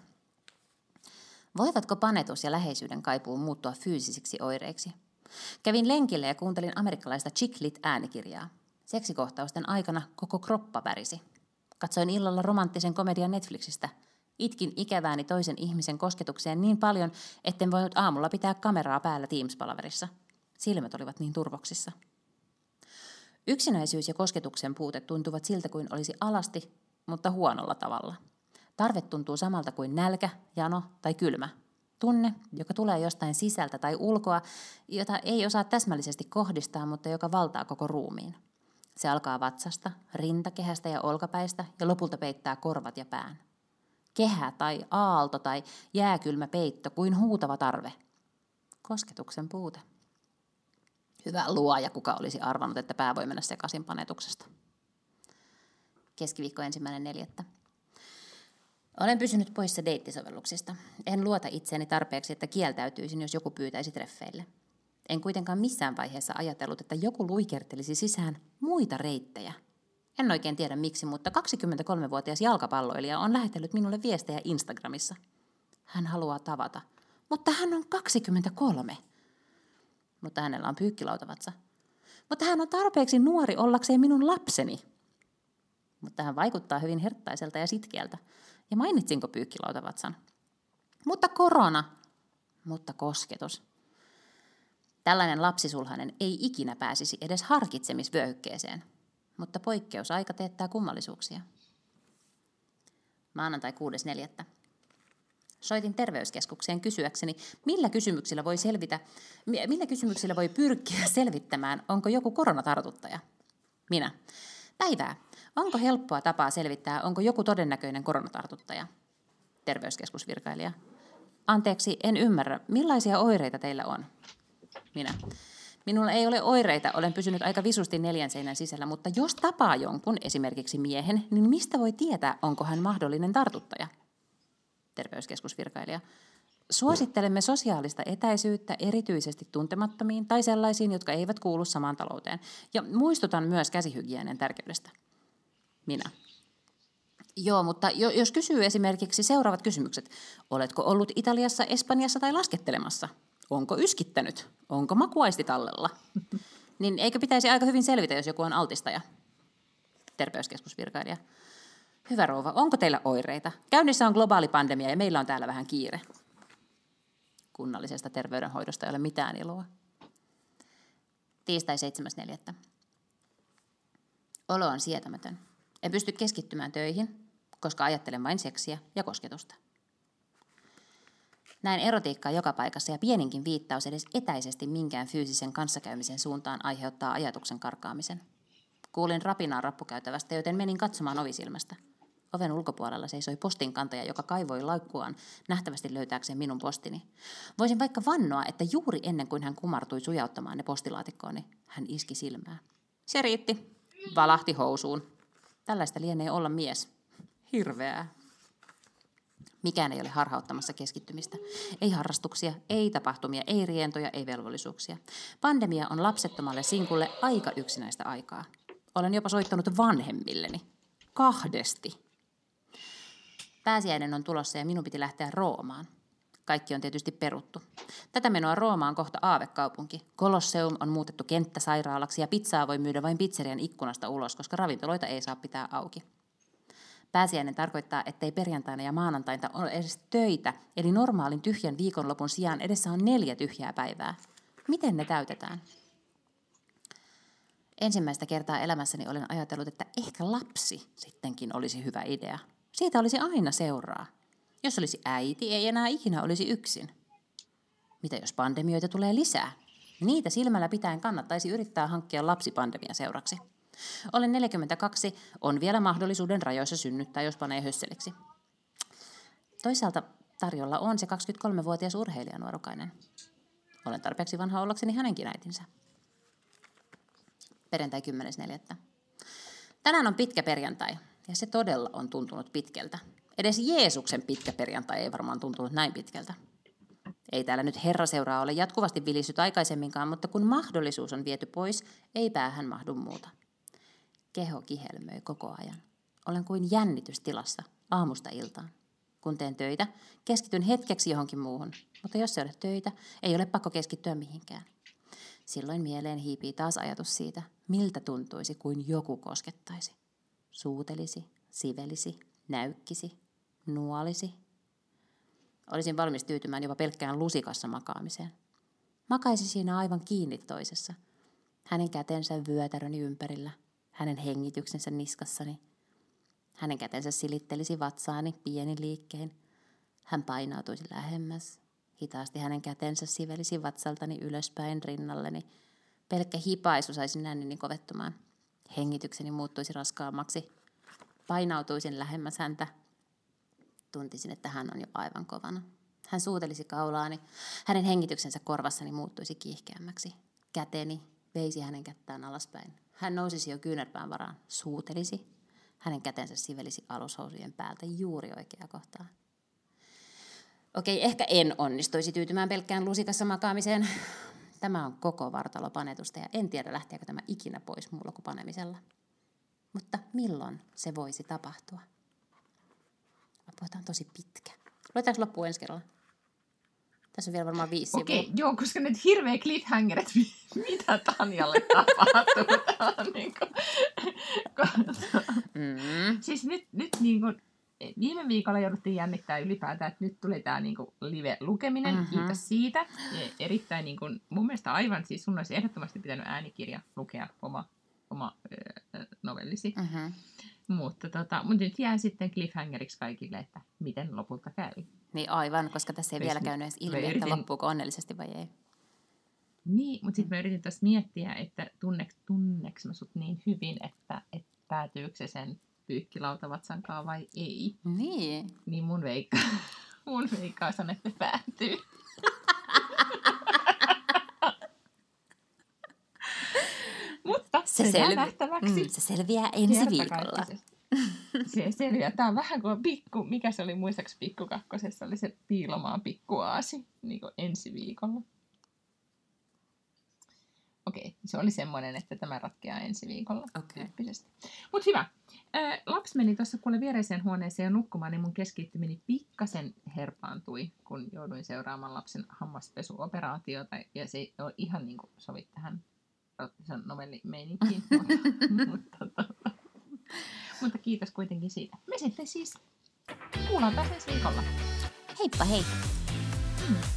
Voivatko panetus ja läheisyyden kaipuu muuttua fyysisiksi oireiksi? Kävin lenkillä ja kuuntelin amerikkalaista Chick Lit-äänikirjaa. Seksikohtausten aikana koko kroppa värisi. Katsoin illalla romanttisen komedian Netflixistä. Itkin ikävääni toisen ihmisen kosketukseen niin paljon, etten voinut aamulla pitää kameraa päällä Teams-palaverissa. Silmät olivat niin turvoksissa. Yksinäisyys ja kosketuksen puute tuntuvat siltä kuin olisi alasti, mutta huonolla tavalla. Tarve tuntuu samalta kuin nälkä, jano tai kylmä. Tunne, joka tulee jostain sisältä tai ulkoa, jota ei osaa täsmällisesti kohdistaa, mutta joka valtaa koko ruumiin. Se alkaa vatsasta, rintakehästä ja olkapäistä ja lopulta peittää korvat ja pään. Kehä tai aalto tai jääkylmä peitto kuin huutava tarve. Kosketuksen puute. Hyvä luoja, kuka olisi arvannut, että pää voi mennä sekaisin panetuksesta. Keskiviikko ensimmäinen neljättä. Olen pysynyt poissa deittisovelluksista. En luota itseäni tarpeeksi, että kieltäytyisin, jos joku pyytäisi treffeille. En kuitenkaan missään vaiheessa ajatellut, että joku luikertelisi sisään muita reittejä. En oikein tiedä miksi, mutta kaksikymmentäkolmevuotias jalkapalloilija on lähetellyt minulle viestejä Instagramissa. Hän haluaa tavata, mutta hän on kaksikymmentäkolme. Mutta hänellä on pyykkilautavatsa. Mutta hän on tarpeeksi nuori ollakseen minun lapseni. Mutta hän vaikuttaa hyvin herttaiselta ja sitkeältä. Ja mainitsinko pyykkilautavatsan? Mutta korona. Mutta kosketus. Tällainen lapsisulhainen ei ikinä pääsisi edes harkitsemisvyöhykkeeseen. Mutta poikkeusaika teettää kummallisuuksia. Maanantai kuudes neljättä Soitin terveyskeskukseen kysyäkseni, millä kysymyksillä voi selvitä, millä kysymyksillä voi pyrkiä selvittämään, onko joku koronatartuttaja. Minä. Päivää. Onko helppoa tapaa selvittää, onko joku todennäköinen koronatartuttaja? Terveyskeskusvirkailija. Anteeksi, en ymmärrä. Millaisia oireita teillä on? Minä. Minulla ei ole oireita, olen pysynyt aika visusti neljän seinän sisällä, mutta jos tapaa jonkun, esimerkiksi miehen, niin mistä voi tietää, onko hän mahdollinen tartuttaja? Terveyskeskusvirkailija. Suosittelemme sosiaalista etäisyyttä erityisesti tuntemattomiin tai sellaisiin, jotka eivät kuulu samaan talouteen. Ja muistutan myös käsihygienian tärkeydestä. Minä. Joo, mutta jos kysyy esimerkiksi seuraavat kysymykset. Oletko ollut Italiassa, Espanjassa tai laskettelemassa? Onko yskittänyt? Onko makuaisti tallella? Niin eikö pitäisi aika hyvin selvitä, jos joku on altistaja? Terveyskeskusvirkailija. Hyvä rouva, onko teillä oireita? Käynnissä on globaali pandemia ja meillä on täällä vähän kiire. Kunnallisesta terveydenhoidosta ei ole mitään iloa. Tiistai seitsemäs neljättä Olo on sietämätön. En pysty keskittymään töihin. koska ajattelen vain seksiä ja kosketusta. Näen erotiikkaa joka paikassa ja pieninkin viittaus edes etäisesti minkään fyysisen kanssakäymisen suuntaan aiheuttaa ajatuksen karkaamisen. Kuulin rapinaa rappukäytävästä, joten menin katsomaan ovisilmästä. Oven ulkopuolella seisoi postinkantaja, joka kaivoi laukkuaan nähtävästi löytääkseen minun postini. Voisin vaikka vannoa, että juuri ennen kuin hän kumartui sujauttamaan ne postilaatikkooni, hän iski silmää. Se riitti. Valahti housuun. Tällaista lienee olla mies. Hirveää. Mikään ei ole harhauttamassa keskittymistä. Ei harrastuksia, ei tapahtumia, ei rientoja, ei velvollisuuksia. Pandemia on lapsettomalle sinkulle aika yksinäistä aikaa. Olen jopa soittanut vanhemmilleni. Kahdesti. Pääsiäinen on tulossa ja minun piti lähteä Roomaan. Kaikki on tietysti peruttu. Tätä menoa Rooma on kohta aavekaupunki. Kolosseum on muutettu kenttäsairaalaksi ja pizzaa voi myydä vain pizzerian ikkunasta ulos, koska ravintoloita ei saa pitää auki. Pääsiäinen tarkoittaa, ettei perjantaina ja maanantaina ole edes töitä, eli normaalin tyhjän viikonlopun sijaan edessä on neljä tyhjää päivää. Miten ne täytetään? Ensimmäistä kertaa elämässäni olen ajatellut, että ehkä lapsi sittenkin olisi hyvä idea. Siitä olisi aina seuraa. Jos olisi äiti, ei enää ikinä olisi yksin. Mitä jos pandemioita tulee lisää? Niitä silmällä pitäen kannattaisi yrittää hankkia lapsi pandemian seuraksi. Olen neljäkymmentäkaksi, on vielä mahdollisuuden rajoissa synnyttää, jos panee hösseliksi. Toisaalta tarjolla on se kaksikymmentäkolmevuotias urheilijanuorukainen. Olen tarpeeksi vanha ollakseni hänenkin äitinsä. Perjantai kymmenes neljättä. Tänään on pitkä perjantai, ja se todella on tuntunut pitkältä. Edes Jeesuksen pitkä perjantai ei varmaan tuntunut näin pitkältä. Ei täällä nyt herraseuraa ole jatkuvasti vilissyt aikaisemminkaan, mutta kun mahdollisuus on viety pois, ei päähän mahdu muuta. Keho kihelmöi koko ajan. Olen kuin jännitystilassa aamusta iltaan. Kun teen töitä, keskityn hetkeksi johonkin muuhun, mutta jos ei ole töitä, ei ole pakko keskittyä mihinkään. Silloin mieleen hiipii taas ajatus siitä, miltä tuntuisi, kuin joku koskettaisi. Suutelisi, sivelisi, näykkisi, nuolisi. Olisin valmis tyytymään jopa pelkkään lusikassa makaamiseen. Makaisi siinä aivan kiinni toisessa. Hänen kätensä vyötäröni ympärillä, hänen hengityksensä niskassani. Hänen kätensä silittelisi vatsaani pienin liikkein. Hän painautuisi lähemmäs. Hitaasti hänen kätensä sivelisi vatsaltani ylöspäin rinnalleni. Pelkkä hipaisu saisi nännini kovettumaan. Hengitykseni muuttuisi raskaammaksi. Painautuisin lähemmäs häntä. Tuntisin, että hän on jo aivan kovana. Hän suutelisi kaulaani. Hänen hengityksensä korvassani muuttuisi kiihkeämmäksi. Käteni veisi hänen kättään alaspäin. Hän nousisi jo kyynärpään varaan. Suutelisi. Hänen kätensä sivelisi alushousujen päältä juuri oikea kohtaa. Okei, ehkä en onnistuisi tyytymään pelkkään lusikassa makaamiseen. Tämä on koko vartalopanetusta ja en tiedä lähteekö tämä ikinä pois muulla kuin panemisella. Mutta milloin se voisi tapahtua? Puhutaan tosi pitkä. Luetaanko loppuun ensi kerralla? Tässä on vielä varmaan viisi sivua. Okei, joo, koska nyt hirveä cliffhangerit, mitä Tanjalle tapahtuu. niin kuin, mm. Siis nyt, nyt niin kuin, viime viikolla jouduttiin jännittää ylipäätään, että nyt tuli tämä niin kuin live-lukeminen. Mm-hmm. Kiitos siitä. Ja erittäin niin kuin, mun mielestä aivan, siis sun olisi ehdottomasti pitänyt äänikirja lukea oma, oma äh, novellisi. Mm-hmm. Mutta, tota, mutta nyt jää sitten cliffhangeriksi kaikille, että miten lopulta kävi. Niin aivan, koska tässä ei Veist, vielä käynyt edes ilmi, yritin... että loppuuko onnellisesti vai ei. Niin, mutta sitten mä yritin taas miettiä, että tunneks, tunneks mä sut niin hyvin, että, että päätyykö se sen pyykkilautavatsankaan vai ei. Niin. Niin mun, veikka, mun veikkaus on, että päätyy. Mutta se, se selvi... nähtäväksi. Mm, se selviää ensi viikolla. Se selviää. Tämä on vähän kuin pikku, mikä se oli muistaakseni Pikku Kakkosessa, oli se Piilomaan pikkuaasi niin kuin ensi viikolla. Okei, se oli semmoinen, että tämä ratkeaa ensi viikolla. Okay. Mutta hyvä. Ää, lapsi meni tuossa kuule viereiseen huoneeseen nukkumaan, niin mun keskittymini pikkasen herpaantui, kun jouduin seuraamaan lapsen hammaspesuoperaatiota. Ja se on ihan niin kuin sovit tähän novellimeininkiin. mutta, mutta, mutta kiitos kuitenkin siitä. Me sitten siis kuullaan taas ensi viikolla. Heippa hei! Hmm.